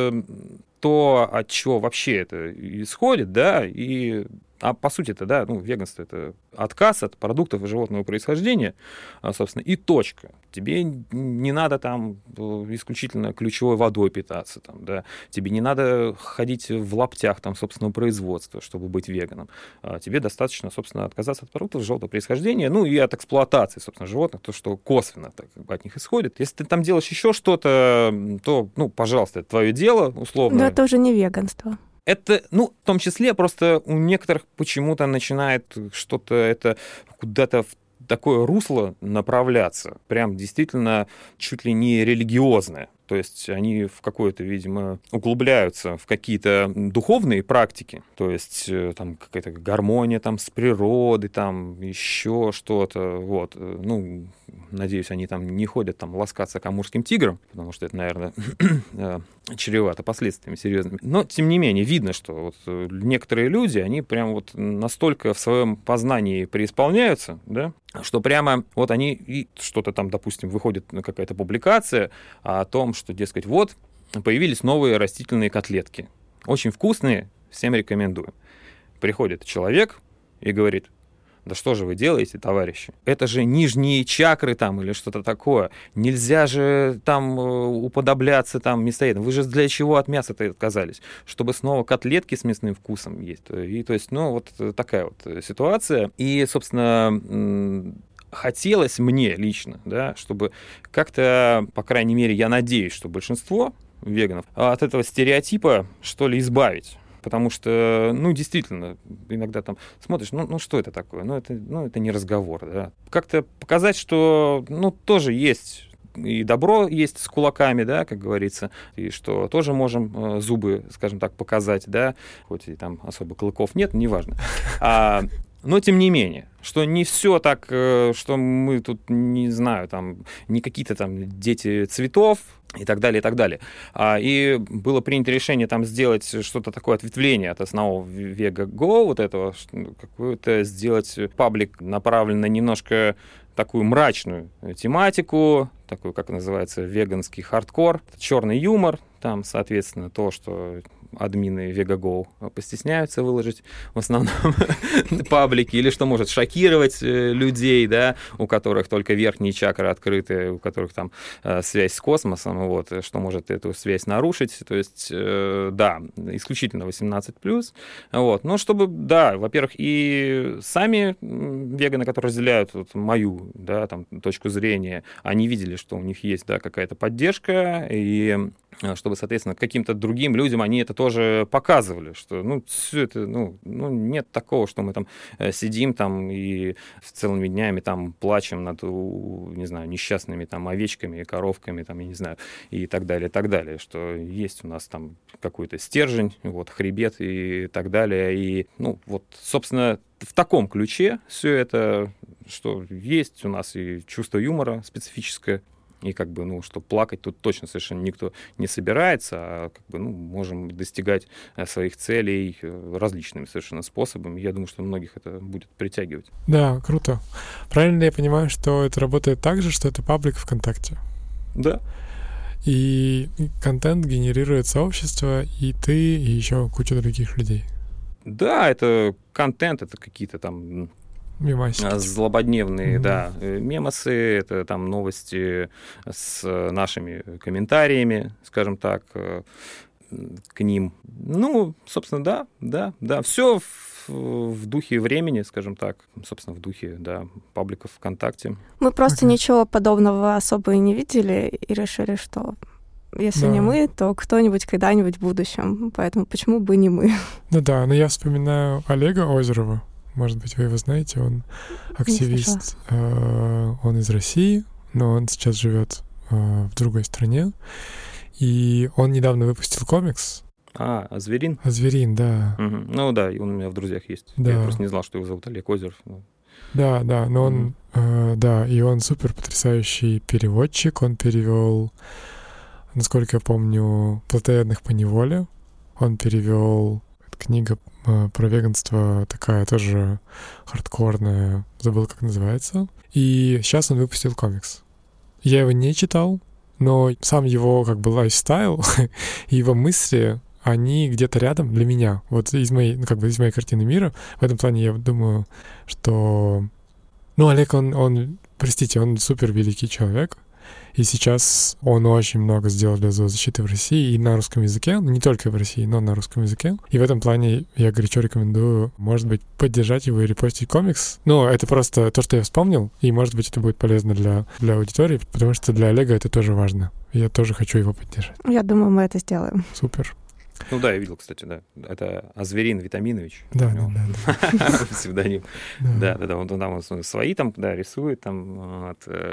то, от чего вообще это исходит, да, а по сути это, да, ну, веганство — это отказ от продуктов животного происхождения, собственно, и точка. Тебе не надо там исключительно ключевой водой питаться, там, да, тебе не надо ходить в лаптях там собственного производства, чтобы быть веганом. Тебе достаточно, собственно, отказаться от продуктов животного происхождения, ну, и от эксплуатации, собственно, животных, то, что косвенно так, от них исходит. Если ты там делаешь еще что-то, то, ну, пожалуйста, это твое дело, условно. Но это уже не веганство. Это, ну, в том числе, просто у некоторых почему-то начинает что-то это куда-то в такое русло направляться, прям действительно чуть ли не религиозное. То есть они в какое-то, видимо, углубляются в какие-то духовные практики. То есть там какая-то гармония там с природой, там еще что-то. Вот. Ну, надеюсь, они там не ходят там ласкаться к амурским тиграм, потому что это, наверное, чревато последствиями серьезными. Но, тем не менее, видно, что вот некоторые люди, они прям вот настолько в своем познании преисполняются, да, что прямо вот они и что-то там, допустим, выходит какая-то публикация о том, что, дескать, вот появились новые растительные котлетки. Очень вкусные, всем рекомендую. Приходит человек и говорит: да что же вы делаете, товарищи? Это же нижние чакры там или что-то такое. Нельзя же там уподобляться там мясоедам. Вы же для чего от мяса-то отказались? Чтобы снова котлетки с мясным вкусом есть. И то есть, ну, вот такая вот ситуация. И, собственно, хотелось мне лично, да, чтобы как-то, по крайней мере, я надеюсь, что большинство веганов от этого стереотипа, что ли, избавить. Потому что, ну, действительно, иногда там смотришь, ну что это такое? Это не разговор, да. Как-то показать, что, ну, тоже есть и добро есть с кулаками, да, как говорится, и что тоже можем зубы, скажем так, показать, да, хоть и там особо клыков нет, неважно. Но, тем не менее, что не все так, что мы тут, не знаю, там, не какие-то там дети цветов и так далее, и так далее. И было принято решение там сделать что-то такое ответвление от основного VegaGo, вот этого, какую-то сделать паблик, направленный немножко такую мрачную тематику, такую, как называется, веганский хардкор, черный юмор, там, соответственно, то, что админы VegaGo постесняются выложить в основном паблики, или что может шокировать людей, да, у которых только верхние чакры открыты, у которых там связь с космосом, вот, что может эту связь нарушить, то есть, да, исключительно 18+, вот, но чтобы, да, во-первых, и сами веганы, которые разделяют вот мою, да, там, точку зрения, они видели, что у них есть, да, какая-то поддержка, и чтобы, соответственно, каким-то другим людям они это тоже показывали, что, ну, все это, ну, нет такого, что мы там сидим там и целыми днями там плачем над, не знаю, несчастными там овечками, коровками, там, я не знаю, и так далее, что есть у нас там какой-то стержень, вот, хребет и так далее, и, ну, вот, собственно, в таком ключе все это, что есть у нас и чувство юмора специфическое, и как бы, ну, что плакать тут точно совершенно никто не собирается, а как бы, ну, можем достигать своих целей различными совершенно способами. Я думаю, что многих это будет притягивать. Да, круто. Правильно я понимаю, что это работает так же, что это паблик ВКонтакте? Да. И контент генерирует сообщество, и ты, и еще куча других людей. Да, это контент, это какие-то там мемасики. Злободневные, да, мемосы, это там новости с нашими комментариями, скажем так, к ним. Ну, собственно, да, все в духе времени, скажем так, собственно, в духе, да, пабликов ВКонтакте. Мы просто ничего подобного особо и не видели, и решили, что если не мы, то кто-нибудь когда-нибудь в будущем, поэтому почему бы не мы? Ну да, но я вспоминаю Олега Озерова. Может быть, вы его знаете, он активист, он из России, но он сейчас живет в другой стране, и он недавно выпустил комикс. «Зверин»? «Зверин», да. Угу. Ну да, он у меня в друзьях есть. Да. Я просто не знал, что его зовут Олег Озеров. Да, но он, да, и он супер потрясающий переводчик, он перевел, насколько я помню, «Плотоядных по неволе», он перевел книга про веганство, такая тоже хардкорная, забыл, как называется. И сейчас он выпустил комикс. Я его не читал, но сам его как бы лайфстайл и его мысли, они где-то рядом для меня. Вот из моей, из моей картины мира. В этом плане я думаю, что... Ну, Олег, он простите, он супер великий человек. И сейчас он очень много сделал для зоозащиты в России и на русском языке, не только в России, но на русском языке. И в этом плане я горячо рекомендую, может быть, поддержать его и репостить комикс. Ну, это просто то, что я вспомнил, и, может быть, это будет полезно для аудитории, потому что для Олега это тоже важно. И я тоже хочу его поддержать. Я думаю, мы это сделаем. Супер. Ну да, я видел, кстати, да. Это Азверин Витаминович. Да. Псевдоним. Да. Он там свои там, да, рисует там.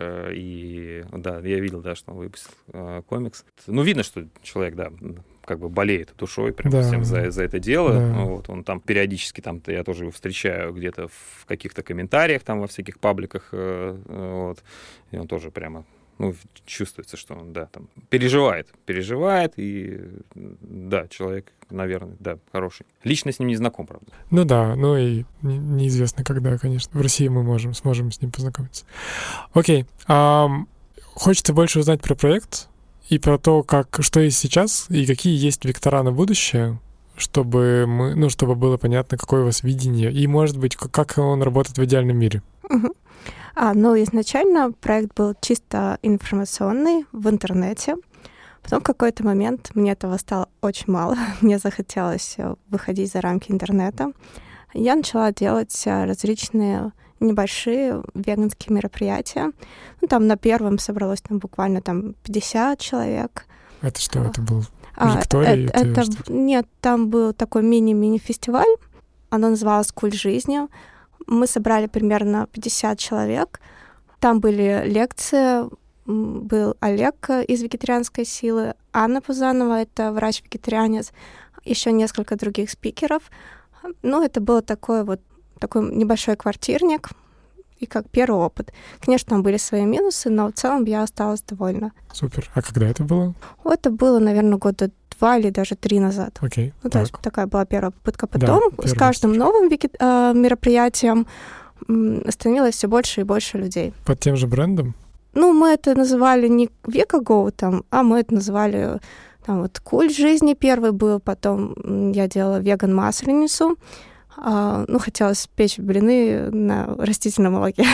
И да, я видел, да, что он выпустил комикс. Ну, видно, что человек, да, как бы болеет душой прям всем за это дело. Да. Вот, он там периодически, там я тоже его встречаю где-то в каких-то комментариях там во всяких пабликах. Вот. И он тоже прямо... Ну, чувствуется, что он, да, там переживает, и, да, человек, наверное, да, хороший. Лично с ним не знаком, правда. Ну да, ну и неизвестно, когда, конечно. В России мы сможем с ним познакомиться. Окей. Хочется больше узнать про проект и про то, что есть сейчас, и какие есть вектора на будущее, чтобы было понятно, какое у вас видение, и, может быть, как он работает в идеальном мире. Ну, изначально проект был чисто информационный в интернете. Потом в какой-то момент мне этого стало очень мало. Мне захотелось выходить за рамки интернета. Я начала делать различные небольшие веганские мероприятия. Ну, там на первом собралось буквально 50 человек. Это что? Это был Виктория? Нет, там был такой мини-фестиваль. Оно называлось «Культ жизни». Мы собрали примерно 50 человек. Там были лекции. Был Олег из «Вегетарианской силы», Анна Пузанова, это врач-вегетарианец, еще несколько других спикеров. Ну, это был такой небольшой квартирник, и как первый опыт. Конечно, там были свои минусы, но в целом я осталась довольна. Супер. А когда это было? Это было, наверное, года 2 или даже 3 назад. Окей. То есть такая была первая попытка. Потом с каждым новым мероприятием становилось все больше и больше людей. Под тем же брендом? Ну, мы это называли не Вегаго, а мы это называли «Культ жизни» первый был, потом я делала веган-масленицу. Хотелось печь блины на растительном молоке.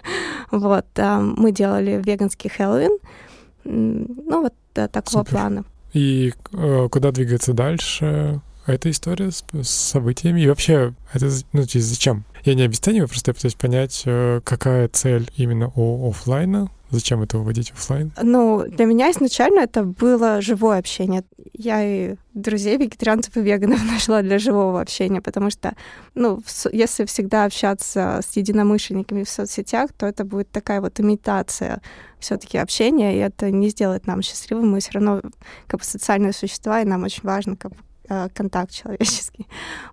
Мы делали веганский Хэллоуин. Такого плана. И куда двигаться дальше? Эта история с событиями? И вообще, это зачем? Я не обесцениваю, просто я пытаюсь понять, какая цель именно у офлайна. Зачем это выводить в офлайн? Ну, для меня изначально это было живое общение. Я и друзей вегетарианцев и веганов нашла для живого общения, потому что, если всегда общаться с единомышленниками в соцсетях, то это будет такая имитация все-таки общения, и это не сделает нам счастливым. Мы все равно социальные существа, и нам очень важно контакт человеческий.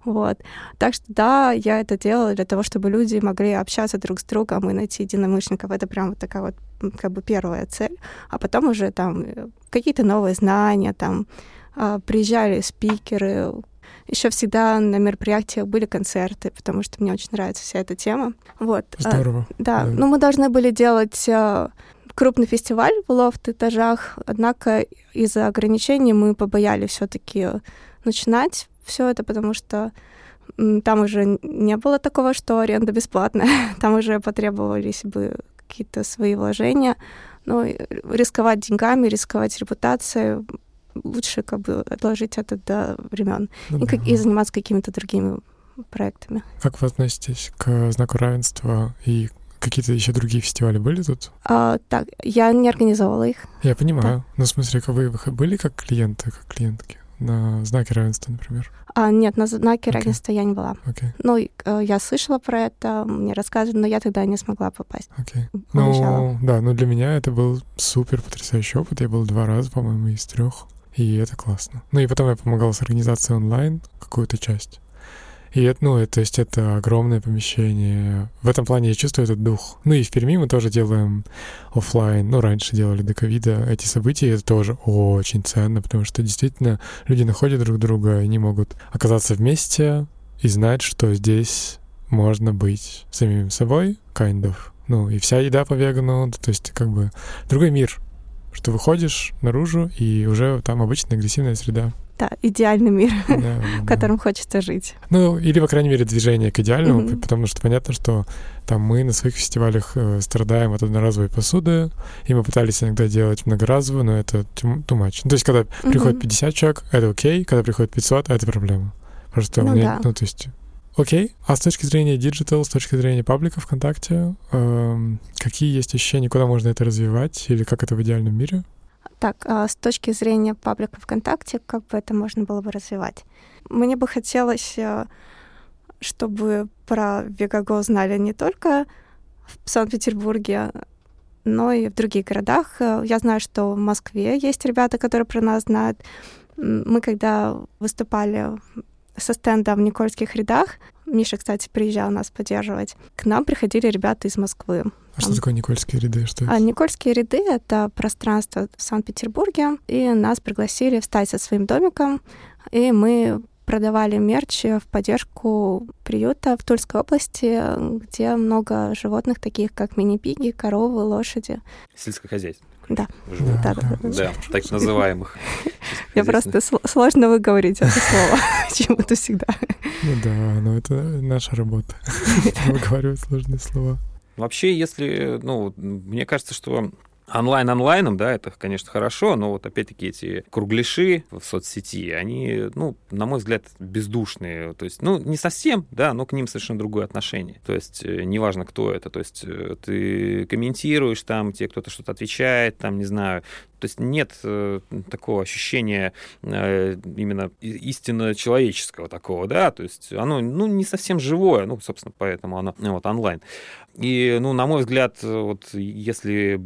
Так что, да, я это делала для того, чтобы люди могли общаться друг с другом и найти единомышленников. Это прям такая первая цель. А потом уже какие-то новые знания, приезжали спикеры. Еще всегда на мероприятиях были концерты, потому что мне очень нравится вся эта тема. Здорово. Да, но мы должны были делать крупный фестиваль в лофт-этажах, однако из-за ограничений мы побоялись все-таки начинать все это, потому что там уже не было такого, что аренда бесплатная, там уже потребовались бы какие-то свои вложения, но рисковать деньгами, рисковать репутацией, лучше отложить это до времен и заниматься какими-то другими проектами. Как вы относитесь к знаку равенства и какие-то еще другие фестивали были тут? Так, я не организовывала их. Я понимаю. Да. В смысле, вы были как клиенты, как клиентки на знаке равенства, например? Нет, на знаке равенства я не была. Okay. Я слышала про это, мне рассказывали, но я тогда не смогла попасть. Окей. Для меня это был супер потрясающий опыт. Я был 2 раза, по-моему, из 3. И это классно. И потом я помогал с организацией онлайн какую-то часть. И это огромное помещение. В этом плане я чувствую этот дух. И в Перми мы тоже делаем офлайн. Раньше делали до ковида эти события. Это тоже очень ценно, потому что действительно люди находят друг друга и не могут оказаться вместе и знать, что здесь можно быть самим собой, kind of. И вся еда по вегану, то есть другой мир, что выходишь наружу, и уже там обычная агрессивная среда. Да, идеальный мир, в котором хочется жить. Или, по крайней мере, движение к идеальному, потому что понятно, что мы на своих фестивалях страдаем от одноразовой посуды, и мы пытались иногда делать многоразовую, но это too much. То есть, когда приходит 50 человек, это окей, когда приходит 500, это проблема. Просто окей. А с точки зрения диджитал, с точки зрения паблика ВКонтакте, какие есть ощущения, куда можно это развивать, или как это в идеальном мире? Так, а с точки зрения паблика ВКонтакте, как бы это можно было бы развивать? Мне бы хотелось, чтобы про Вегаго знали не только в Санкт-Петербурге, но и в других городах. Я знаю, что в Москве есть ребята, которые про нас знают. Мы когда выступали со стенда в Никольских рядах, Миша, кстати, приезжал нас поддерживать, к нам приходили ребята из Москвы. А что такое Никольские ряды? Что это? Никольские ряды — это пространство в Санкт-Петербурге, и нас пригласили встать со своим домиком, и мы продавали мерч в поддержку приюта в Тульской области, где много животных, таких как мини-пиги, коровы, лошади. Сельское хозяйство. Да. Да, так называемых. Я просто сложно выговорить это слово почему-то всегда. Ну да, но это наша работа. Выговаривать сложные слова. Вообще, если, мне кажется, что онлайном, да, это, конечно, хорошо, но вот опять-таки эти кругляши в соцсети, они, на мой взгляд, бездушные. То есть, не совсем, да, но к ним совершенно другое отношение. То есть, неважно, кто это. То есть, ты комментируешь, там, тебе кто-то что-то отвечает, там, не знаю. То есть, нет такого ощущения именно истинно человеческого такого, да, то есть, оно, не совсем живое, собственно, поэтому оно онлайн. И, на мой взгляд, вот если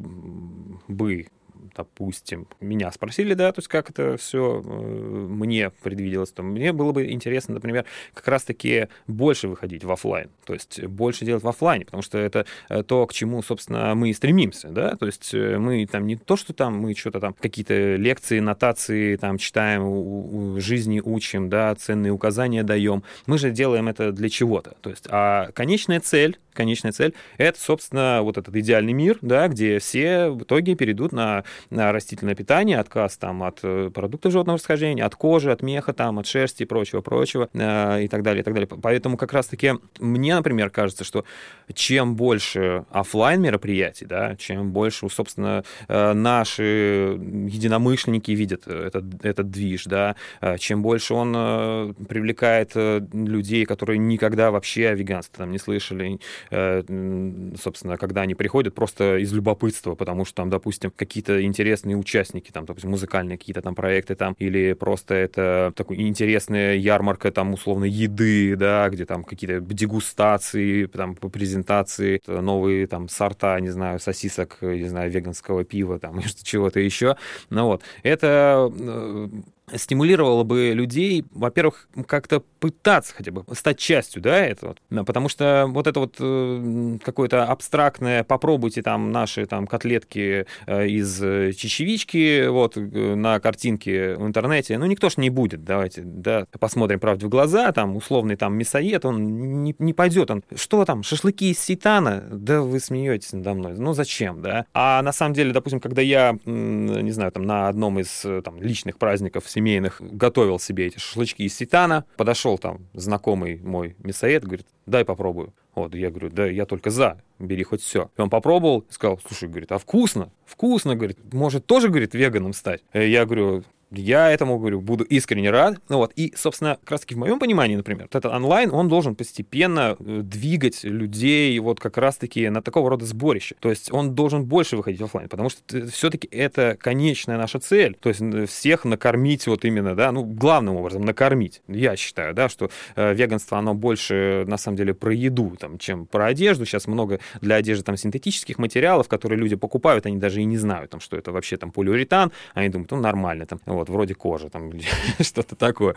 бы, допустим, меня спросили, да, то есть как это все мне предвиделось, то мне было бы интересно, например, как раз-таки больше выходить в офлайн, то есть больше делать в офлайне, потому что это то, к чему, собственно, мы и стремимся, да, то есть мы там не то, что там мы что-то там какие-то лекции, нотации там читаем, жизни учим, да, ценные указания даем, мы же делаем это для чего-то, то есть, а конечная цель — это, собственно, вот этот идеальный мир, да, где все в итоге перейдут на растительное питание, отказ там от продуктов животного происхождения, от кожи, от меха, там, от шерсти и прочего, и так далее, и так далее. Поэтому как раз-таки мне, например, кажется, что чем больше офлайн мероприятий, да, чем больше, собственно, наши единомышленники видят этот движ, да, чем больше он привлекает людей, которые никогда вообще о веганстве там не слышали, собственно, когда они приходят просто из любопытства, потому что там, допустим, какие-то интересные участники, там, допустим, музыкальные какие-то там проекты там, или просто это такая интересная ярмарка там условно еды, да, где там какие-то дегустации, там, презентации, новые там сорта, не знаю, сосисок, не знаю, веганского пива, там, и чего-то еще. Это стимулировало бы людей, во-первых, как-то пытаться хотя бы стать частью, да, этого. Потому что вот это вот какое-то абстрактное «попробуйте там наши там котлетки из чечевички вот на картинке в интернете», никто ж не будет, давайте, да, посмотрим правде в глаза, там, условный там мясоед, он не пойдет, что там, шашлыки из сейтана? Да вы смеетесь надо мной, зачем, да? А на самом деле, допустим, когда я, не знаю, там, на одном из там личных праздников семейных готовил себе эти шашлычки из сейтана, подошел там знакомый мой мясоед, говорит, дай попробую. Вот, я говорю, да, я только за, бери хоть все. И он попробовал и сказал, слушай, говорит, а вкусно, говорит, может тоже, говорит, веганом стать? Я говорю, я этому, говорю, буду искренне рад. И, собственно, как раз-таки в моем понимании, например, вот этот онлайн, он должен постепенно двигать людей вот как раз-таки на такого рода сборище. То есть он должен больше выходить в офлайн, потому что все-таки это конечная наша цель. То есть всех накормить вот именно, да, главным образом накормить. Я считаю, да, что веганство, оно больше, на самом деле, про еду, там, чем про одежду. Сейчас много для одежды там синтетических материалов, которые люди покупают, они даже и не знают, там, что это вообще там полиуретан, они думают, нормально, там, вроде кожи, там, что-то такое.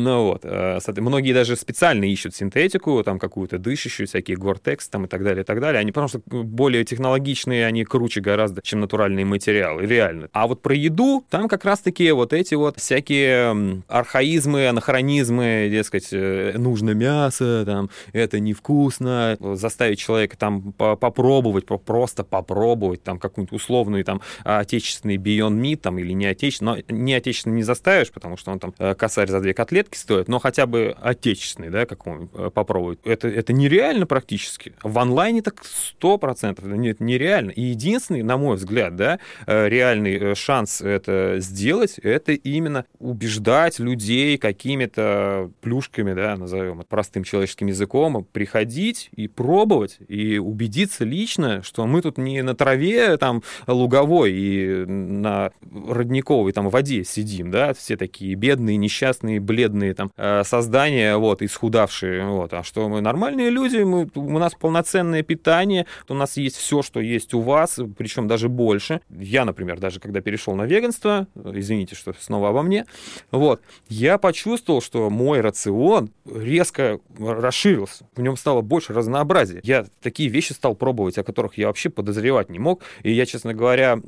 Многие даже специально ищут синтетику, там, какую-то дышащую, всякие Gore-Tex, там, и так далее, и так далее. Они, потому что более технологичные, они круче гораздо, чем натуральные материалы, реально. А вот про еду, там как раз-таки вот эти вот всякие архаизмы, анахронизмы, дескать, нужно мясо, там, это невкусно, заставить человека там попробовать, просто попробовать, там, какую-нибудь условную, там, отечественный Beyond Meat, там, или не отечественный отечественный не заставишь, потому что он там косарь за 2 котлетки стоит, но хотя бы отечественный, да, какой-нибудь попробовать. Это нереально практически. В онлайне так 100%. Это нереально. И единственный, на мой взгляд, да, реальный шанс это сделать, это именно убеждать людей какими-то плюшками, да, назовем это простым человеческим языком, приходить и пробовать, и убедиться лично, что мы тут не на траве там луговой и на родниковой там воде сидим, да, все такие бедные, несчастные, бледные там создания, вот, исхудавшие, вот, а что мы нормальные люди, у нас полноценное питание, у нас есть все, что есть у вас, причем даже больше. Я, например, даже когда перешел на веганство, извините, что снова обо мне, вот, я почувствовал, что мой рацион резко расширился, в нем стало больше разнообразия. Я такие вещи стал пробовать, о которых я вообще подозревать не мог, и я, честно говоря,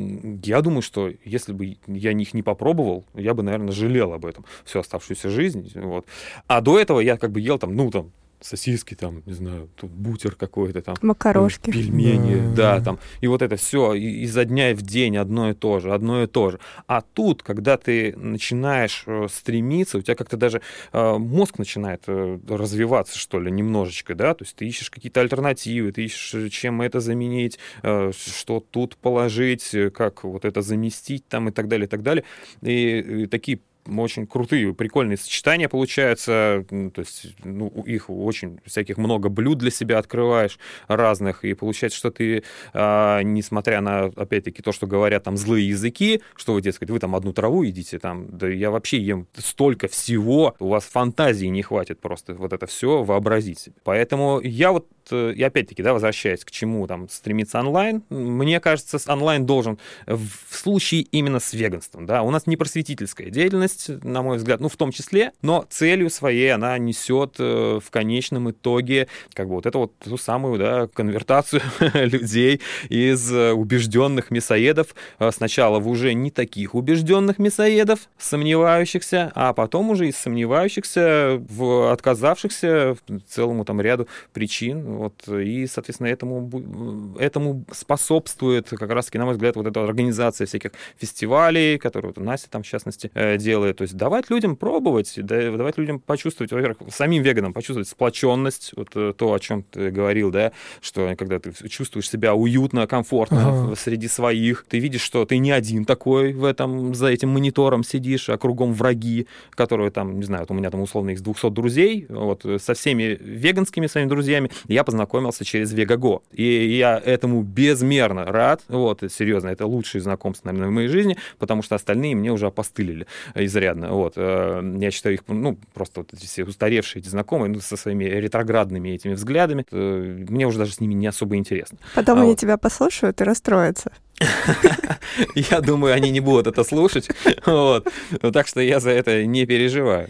я думаю, что если бы я их не попробовал, я бы, наверное, жалел об этом всю оставшуюся жизнь, вот. А до этого я как бы ел там, сосиски, там, не знаю, тут бутер какой-то там. Макарошки. Пельмени, да, там. И вот это все изо дня в день одно и то же. А тут, когда ты начинаешь стремиться, у тебя как-то даже мозг начинает развиваться, что ли, немножечко, да, то есть ты ищешь какие-то альтернативы, ты ищешь, чем это заменить, что тут положить, как вот это заместить там и так далее, и так далее. И такие очень крутые, прикольные сочетания получаются, то есть, их очень всяких много блюд для себя открываешь разных, и получается, что ты, несмотря на, опять-таки, то, что говорят там злые языки, что вы, дескать, вы там одну траву едите, там, да я вообще ем столько всего, у вас фантазии не хватит просто вот это все вообразить себе. Поэтому я вот, и опять-таки, да, возвращаясь к чему там стремиться онлайн, мне кажется, онлайн должен в случае именно с веганством, да, у нас не просветительская деятельность, на мой взгляд, в том числе, но целью своей она несет в конечном итоге как бы вот эту вот ту самую, да, конвертацию людей из убежденных мясоедов сначала в уже не таких убежденных мясоедов, сомневающихся, а потом уже из сомневающихся в отказавшихся целому там ряду причин, вот, и, соответственно, этому способствует как раз-таки, на мой взгляд, вот эта организация всяких фестивалей, которые вот Настя там, в частности, делает. То есть давать людям пробовать, давать людям почувствовать, во-первых, самим веганам почувствовать сплоченность, вот то, о чем ты говорил, да, что когда ты чувствуешь себя уютно, комфортно среди своих, ты видишь, что ты не один такой за этим монитором сидишь, а кругом враги, которые там, не знаю, вот у меня там условно из 200 друзей, вот со всеми веганскими своими друзьями я познакомился через Вегаго. И я этому безмерно рад, вот, серьезно, это лучшие знакомства, наверное, в моей жизни, потому что остальные мне уже опостылили изрядно. Вот. Я считаю их, просто вот эти все устаревшие эти знакомые, со своими ретроградными этими взглядами, мне уже даже с ними не особо интересно. Потом они тебя послушают и расстроятся. Я думаю, они не будут это слушать, вот. Так что я за это не переживаю.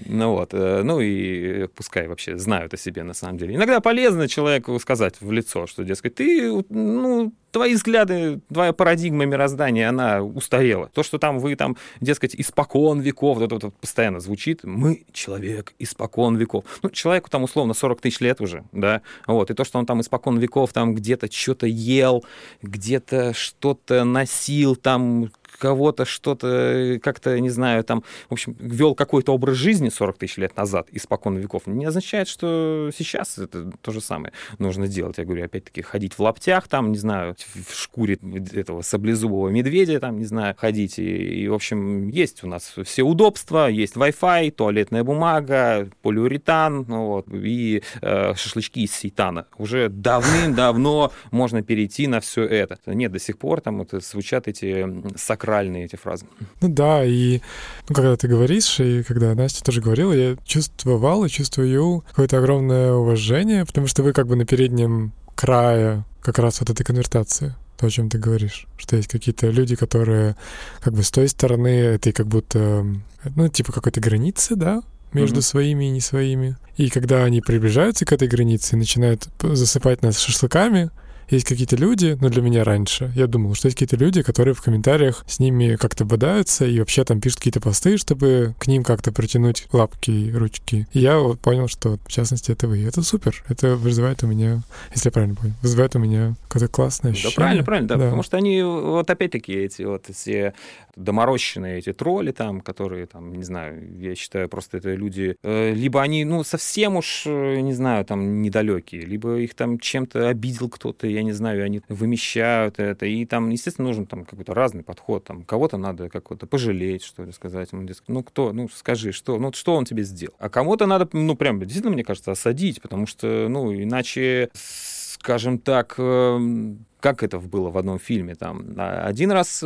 И пускай вообще знают о себе на самом деле. Иногда полезно человеку сказать в лицо, что, дескать, твои взгляды, твоя парадигма мироздания, она устарела. То, что там вы там, дескать, испокон веков, это постоянно звучит, мы человек испокон веков. Человеку там условно 40 тысяч лет уже, да, вот, и то, что он там испокон веков там где-то что-то ел, где-то что-то носил, там кого-то что-то как-то, не знаю, там, в общем, вел какой-то образ жизни 40 тысяч лет назад, испокон веков, не означает, что сейчас это то же самое нужно делать. Я говорю, опять-таки, ходить в лаптях, там, не знаю, в шкуре этого саблезубого медведя, там, не знаю, ходить. И, в общем, есть у нас все удобства, есть Wi-Fi, туалетная бумага, полиуретан, и шашлычки из сейтана. Уже давным-давно можно перейти на все это. Нет, до сих пор там звучат эти сакральные эти фразы. Да, и когда ты говоришь, и когда Настя тоже говорила, я чувствовал и чувствую какое-то огромное уважение, потому что вы как бы на переднем крае как раз вот этой конвертации. То, о чем ты говоришь, что есть какие-то люди, которые как бы с той стороны этой как будто, типа какой-то границы, да, между своими и не своими. И когда они приближаются к этой границе и начинают засыпать нас шашлыками, есть какие-то люди, ну, для меня раньше, я думал, что есть какие-то люди, которые в комментариях с ними как-то бодаются и вообще там пишут какие-то посты, чтобы к ним как-то протянуть лапки и ручки. И я вот понял, что в частности это вы. Это супер. Это вызывает у меня, если я правильно понял, вызывает у меня какое-то классное ощущение. Да, правильно, да. Потому что они, вот опять-таки, эти вот все доморощенные эти тролли там, которые там, не знаю, я считаю, просто это люди, либо они, ну, совсем уж, не знаю, там, недалекие, либо их там чем-то обидел кто-то, я не знаю, они вымещают это, и там, естественно, нужен там какой-то разный подход, там, кого-то надо как-то пожалеть, что ли, сказать ему, ну, кто, ну, скажи, что, ну, что он тебе сделал, а кому-то надо, ну, прям, действительно, мне кажется, осадить, потому что, ну, иначе, скажем так, как это было в одном фильме, там, один раз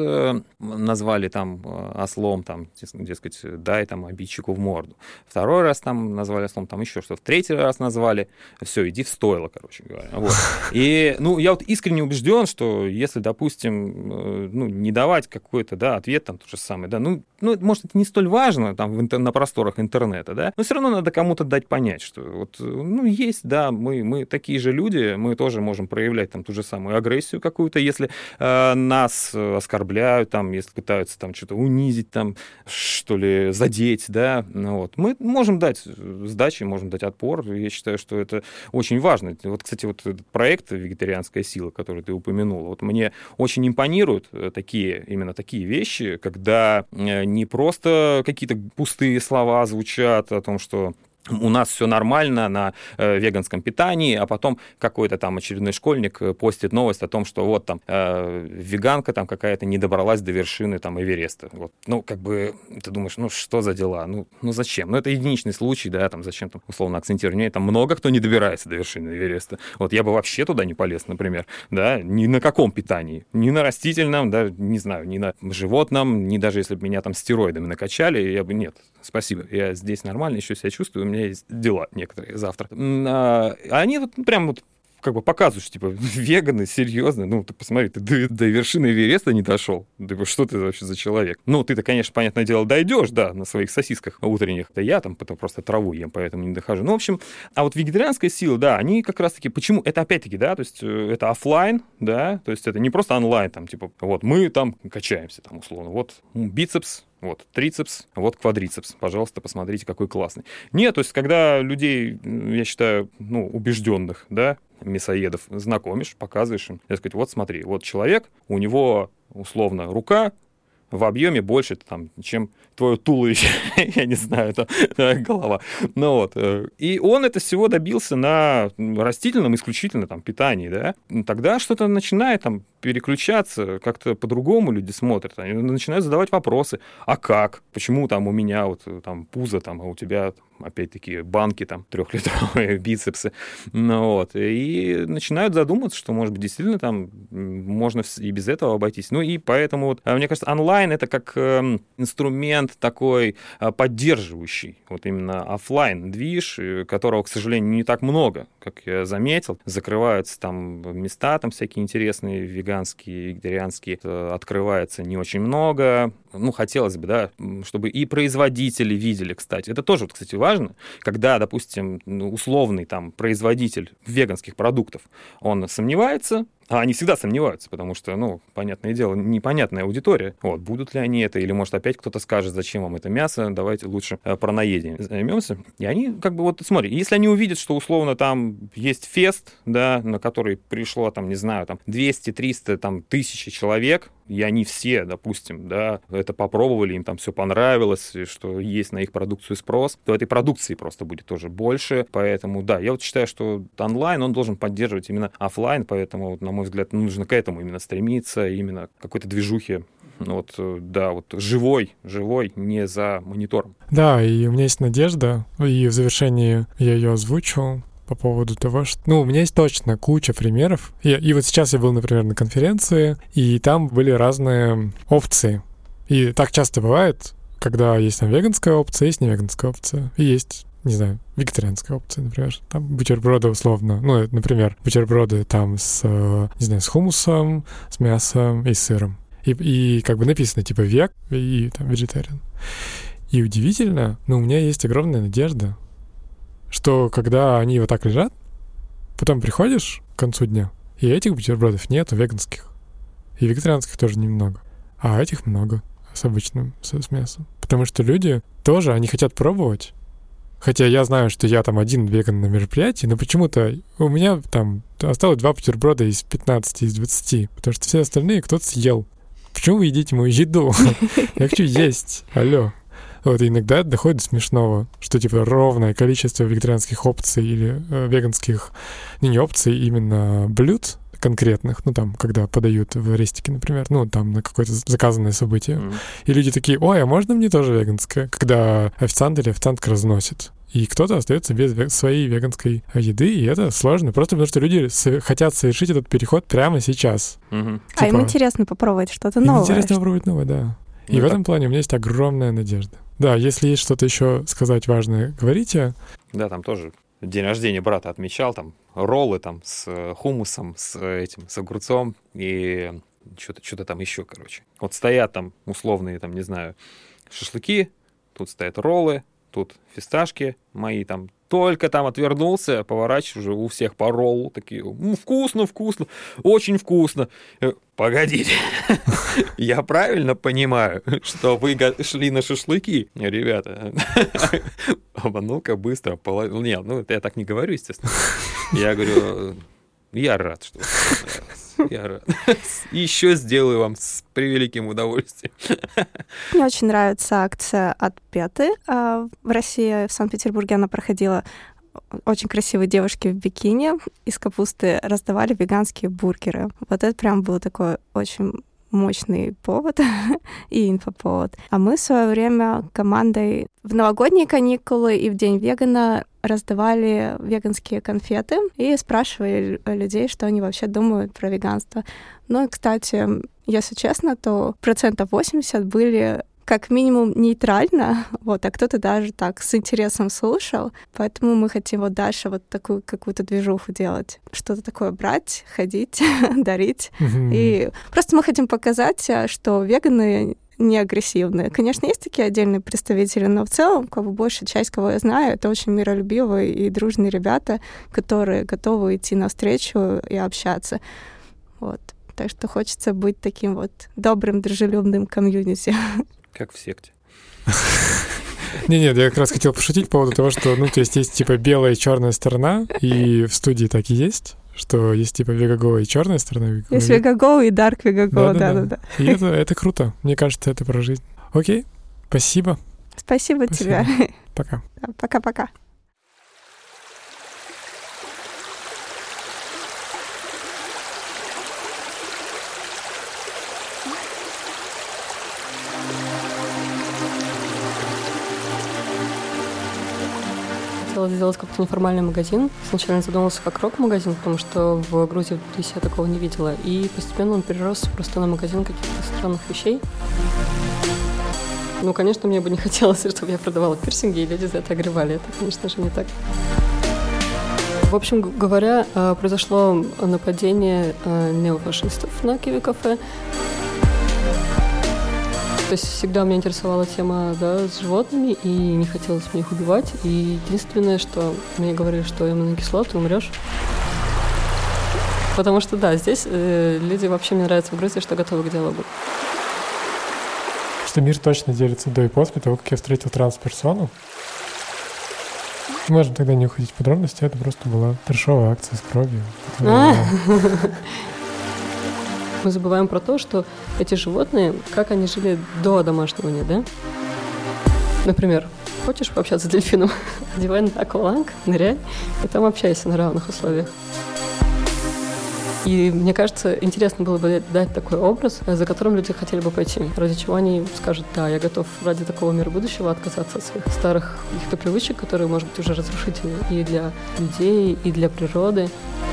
назвали там ослом, там, дескать, дай там обидчику в морду. Второй раз там назвали ослом, там еще что-то. В третий раз назвали, все, иди в стойло, короче говоря. Вот. И, ну, я вот искренне убежден, что если, допустим, ну, не давать какой-то, да, ответ там тот же самый, да, ну, может, это не столь важно там на просторах интернета, да, но все равно надо кому-то дать понять, что вот, ну, есть, да, мы такие же люди, мы тоже можем проявлять там ту же самую агрессию какую-то, если нас оскорбляют, там, если пытаются там что-то унизить, там, что ли, задеть, да, ну, вот. Мы можем дать сдачи, можем дать отпор, я считаю, что это очень важно. Вот, кстати, вот этот проект «Вегетарианская сила», который ты упомянул, вот мне очень импонируют именно такие вещи, когда не просто какие-то пустые слова звучат о том, что у нас все нормально на веганском питании, а потом какой-то там очередной школьник постит новость о том, что вот там веганка там какая-то не добралась до вершины там Эвереста. Вот. Ну, как бы ты думаешь, ну что за дела? Ну зачем? Ну, это единичный случай, да, там зачем там условно акцентировать? Нет, там много кто не добирается до вершины Эвереста. Вот я бы вообще туда не полез, например, да, ни на каком питании, ни на растительном, да, не знаю, ни на животном, ни даже если бы меня там стероидами накачали, я бы нет, спасибо, я здесь нормально еще себя чувствую, у меня есть дела некоторые завтра. Они вот прям вот как бы показывают, что, типа, веганы, серьезно, ну, ты посмотри, ты до вершины Эвереста не дошел, да что ты вообще за человек? Ну, ты-то, конечно, понятное дело, дойдешь, да, на своих сосисках утренних, да я там потом просто траву ем, поэтому не дохожу. Ну, в общем, а вот вегетарианская сила, да, они как раз-таки, почему, это опять-таки, да, то есть это офлайн, да, то есть это не просто онлайн, там, типа, вот мы там качаемся, там, условно, вот бицепс, вот трицепс, вот квадрицепс. Пожалуйста, посмотрите, какой классный. Нет, то есть, когда людей, я считаю, ну, убежденных, да, мясоедов, знакомишь, показываешь им, я сказать, вот смотри, вот человек, у него, условно, рука в объеме больше, там, чем твое туловище, я не знаю, это голова. Ну вот. И он это всего добился на растительном исключительно там питании, да. Тогда что-то начинает там переключаться, как-то по-другому люди смотрят, они начинают задавать вопросы, а как? Почему там у меня вот там пузо, там, а у тебя опять-таки банки там 3-литровые, бицепсы, ну вот, и начинают задуматься, что, может быть, действительно там можно и без этого обойтись. Ну и поэтому, вот, мне кажется, онлайн — это как инструмент такой поддерживающий, вот именно офлайн движ, которого, к сожалению, не так много, как я заметил. Закрываются там места, там всякие интересные, веганские, вегетарианские, открывается не очень много. Ну, хотелось бы, да, чтобы и производители видели, кстати. Это тоже, вот, кстати, важно, когда, допустим, условный там производитель веганских продуктов, он сомневается, а они всегда сомневаются, потому что, ну, понятное дело, непонятная аудитория. Вот, будут ли они это, или, может, опять кто-то скажет, зачем вам это мясо, давайте лучше про наедение займемся. И они, как бы, вот, смотри, если они увидят, что, условно, там есть фест, да, на который пришло, там, не знаю, там, 200, 300, там, 1000 человек, и они все, допустим, да, это попробовали, им там все понравилось, что есть на их продукцию спрос, то этой продукции просто будет тоже больше. Поэтому, да, я вот считаю, что онлайн, он должен поддерживать именно офлайн, поэтому, вот, на мой взгляд, нужно к этому именно стремиться, именно к какой-то движухе, вот, да, вот живой, не за монитором. Да, и у меня есть надежда, и в завершении я ее озвучил, по поводу того, что... Ну, у меня есть точно куча примеров. И вот сейчас я был, например, на конференции, и там были разные опции. И так часто бывает, когда есть там веганская опция, есть невеганская опция. И есть, не знаю, вегетарианская опция, например. Там бутерброды условно. Ну, например, бутерброды там с, не знаю, с хумусом, с мясом и сыром. И как бы написано типа вег и там vegetarian. И удивительно, но у меня есть огромная надежда, что когда они вот так лежат, потом приходишь к концу дня И этих бутербродов нету, веганских. И вегетарианских тоже немного. А этих много с обычным, с мясом. Потому что люди тоже, они хотят пробовать. Хотя я знаю, что я там один веган на мероприятии, но почему-то у меня там осталось 2 бутерброда из 15, из 20. Потому что все остальные кто-то съел. Почему вы едите мою еду? Я хочу есть. Алло. Вот, и иногда доходит до смешного, что, типа, ровное количество вегетарианских опций или веганских, не опций, именно блюд конкретных, ну, там, когда подают в рестике, например, ну, там, на какое-то заказанное событие. И люди такие: ой, а можно мне тоже веганское? Когда официант или официантка разносит. И кто-то остается без своей веганской еды, и это сложно, просто потому что люди хотят совершить этот переход прямо сейчас. Типа, а им интересно попробовать что-то новое. Им интересно попробовать новое, да. И в этом плане у меня есть огромная надежда. Да, если есть что-то еще сказать важное, говорите. Да, там тоже день рождения брата отмечал, там роллы там с хумусом, с огурцом и что-то там еще, короче. Вот стоят там условные, там, не знаю, шашлыки, тут стоят роллы, тут фисташки мои, там только там отвернулся, поворачиваю, уже у всех по роллу, такие: вкусно, вкусно, очень вкусно. Погодите, я правильно понимаю, что вы шли на шашлыки, ребята? Ну-ка быстро, нет, ну я так не говорю, естественно. Я говорю: я рад, что я рад. Еще сделаю вам с превеликим удовольствием. Мне очень нравится акция от Петы. В России, в Санкт-Петербурге она проходила. Очень красивые девушки в бикини из капусты раздавали веганские бургеры. Вот это прям был такой очень мощный повод и инфоповод. А мы в свое время командой в новогодние каникулы и в День вегана раздавали веганские конфеты и спрашивали людей, что они вообще думают про веганство. Ну и, кстати, если честно, то 80% были как минимум нейтрально, вот, а кто-то даже так с интересом слушал. Поэтому мы хотим вот дальше вот такую какую-то движуху делать. Что-то такое брать, ходить, дарить. И просто мы хотим показать, что веганы не агрессивные. Конечно, есть такие отдельные представители, но в целом, как бы, большая часть, кого я знаю, это очень миролюбивые и дружные ребята, которые готовы идти навстречу и общаться. Вот. Так что хочется быть таким вот добрым, дружелюбным комьюнити. Как в секте. Нет, я как раз хотел пошутить по поводу того, что, ну, то есть типа белая и черная сторона, и в студии так и есть, что есть типа вегаго и черная сторона. Есть вегаго и дарк вегаго, да. И это круто. Мне кажется, это про жизнь. Окей, спасибо. Спасибо тебе. Пока. Пока-пока. Хотела сделать как-то неформальный магазин. Сначала я задумался как рок-магазин, потому что в Грузии в Тбилиси я такого не видела. И постепенно он перерос просто на магазин каких-то странных вещей. Ну, конечно, мне бы не хотелось, чтобы я продавала пирсинги, и люди за это огревали. Это, конечно же, не так. В общем говоря, произошло нападение неофашистов на Киви-кафе. То есть всегда меня интересовала тема, да, с животными, и не хотелось мне их убивать. И единственное, что мне говорили, что аминокислоты, ты умрешь. Потому что, да, здесь люди вообще, мне нравится в Грузии, что готовы к диалогу. Что мир точно делится до и после того, как я встретил трансперсону. Можем тогда не уходить в подробности, это просто была трэшовая акция с кровью. Мы забываем про то, что эти животные, как они жили до одомашнивания, да? Например, хочешь пообщаться с дельфином? Одевай на акваланг, ныряй, и там общайся на равных условиях. И мне кажется, интересно было бы дать такой образ, за которым люди хотели бы пойти. Ради чего они скажут: да, я готов ради такого мира будущего отказаться от своих старых каких-то привычек, которые, может быть, уже разрушительны и для людей, и для природы.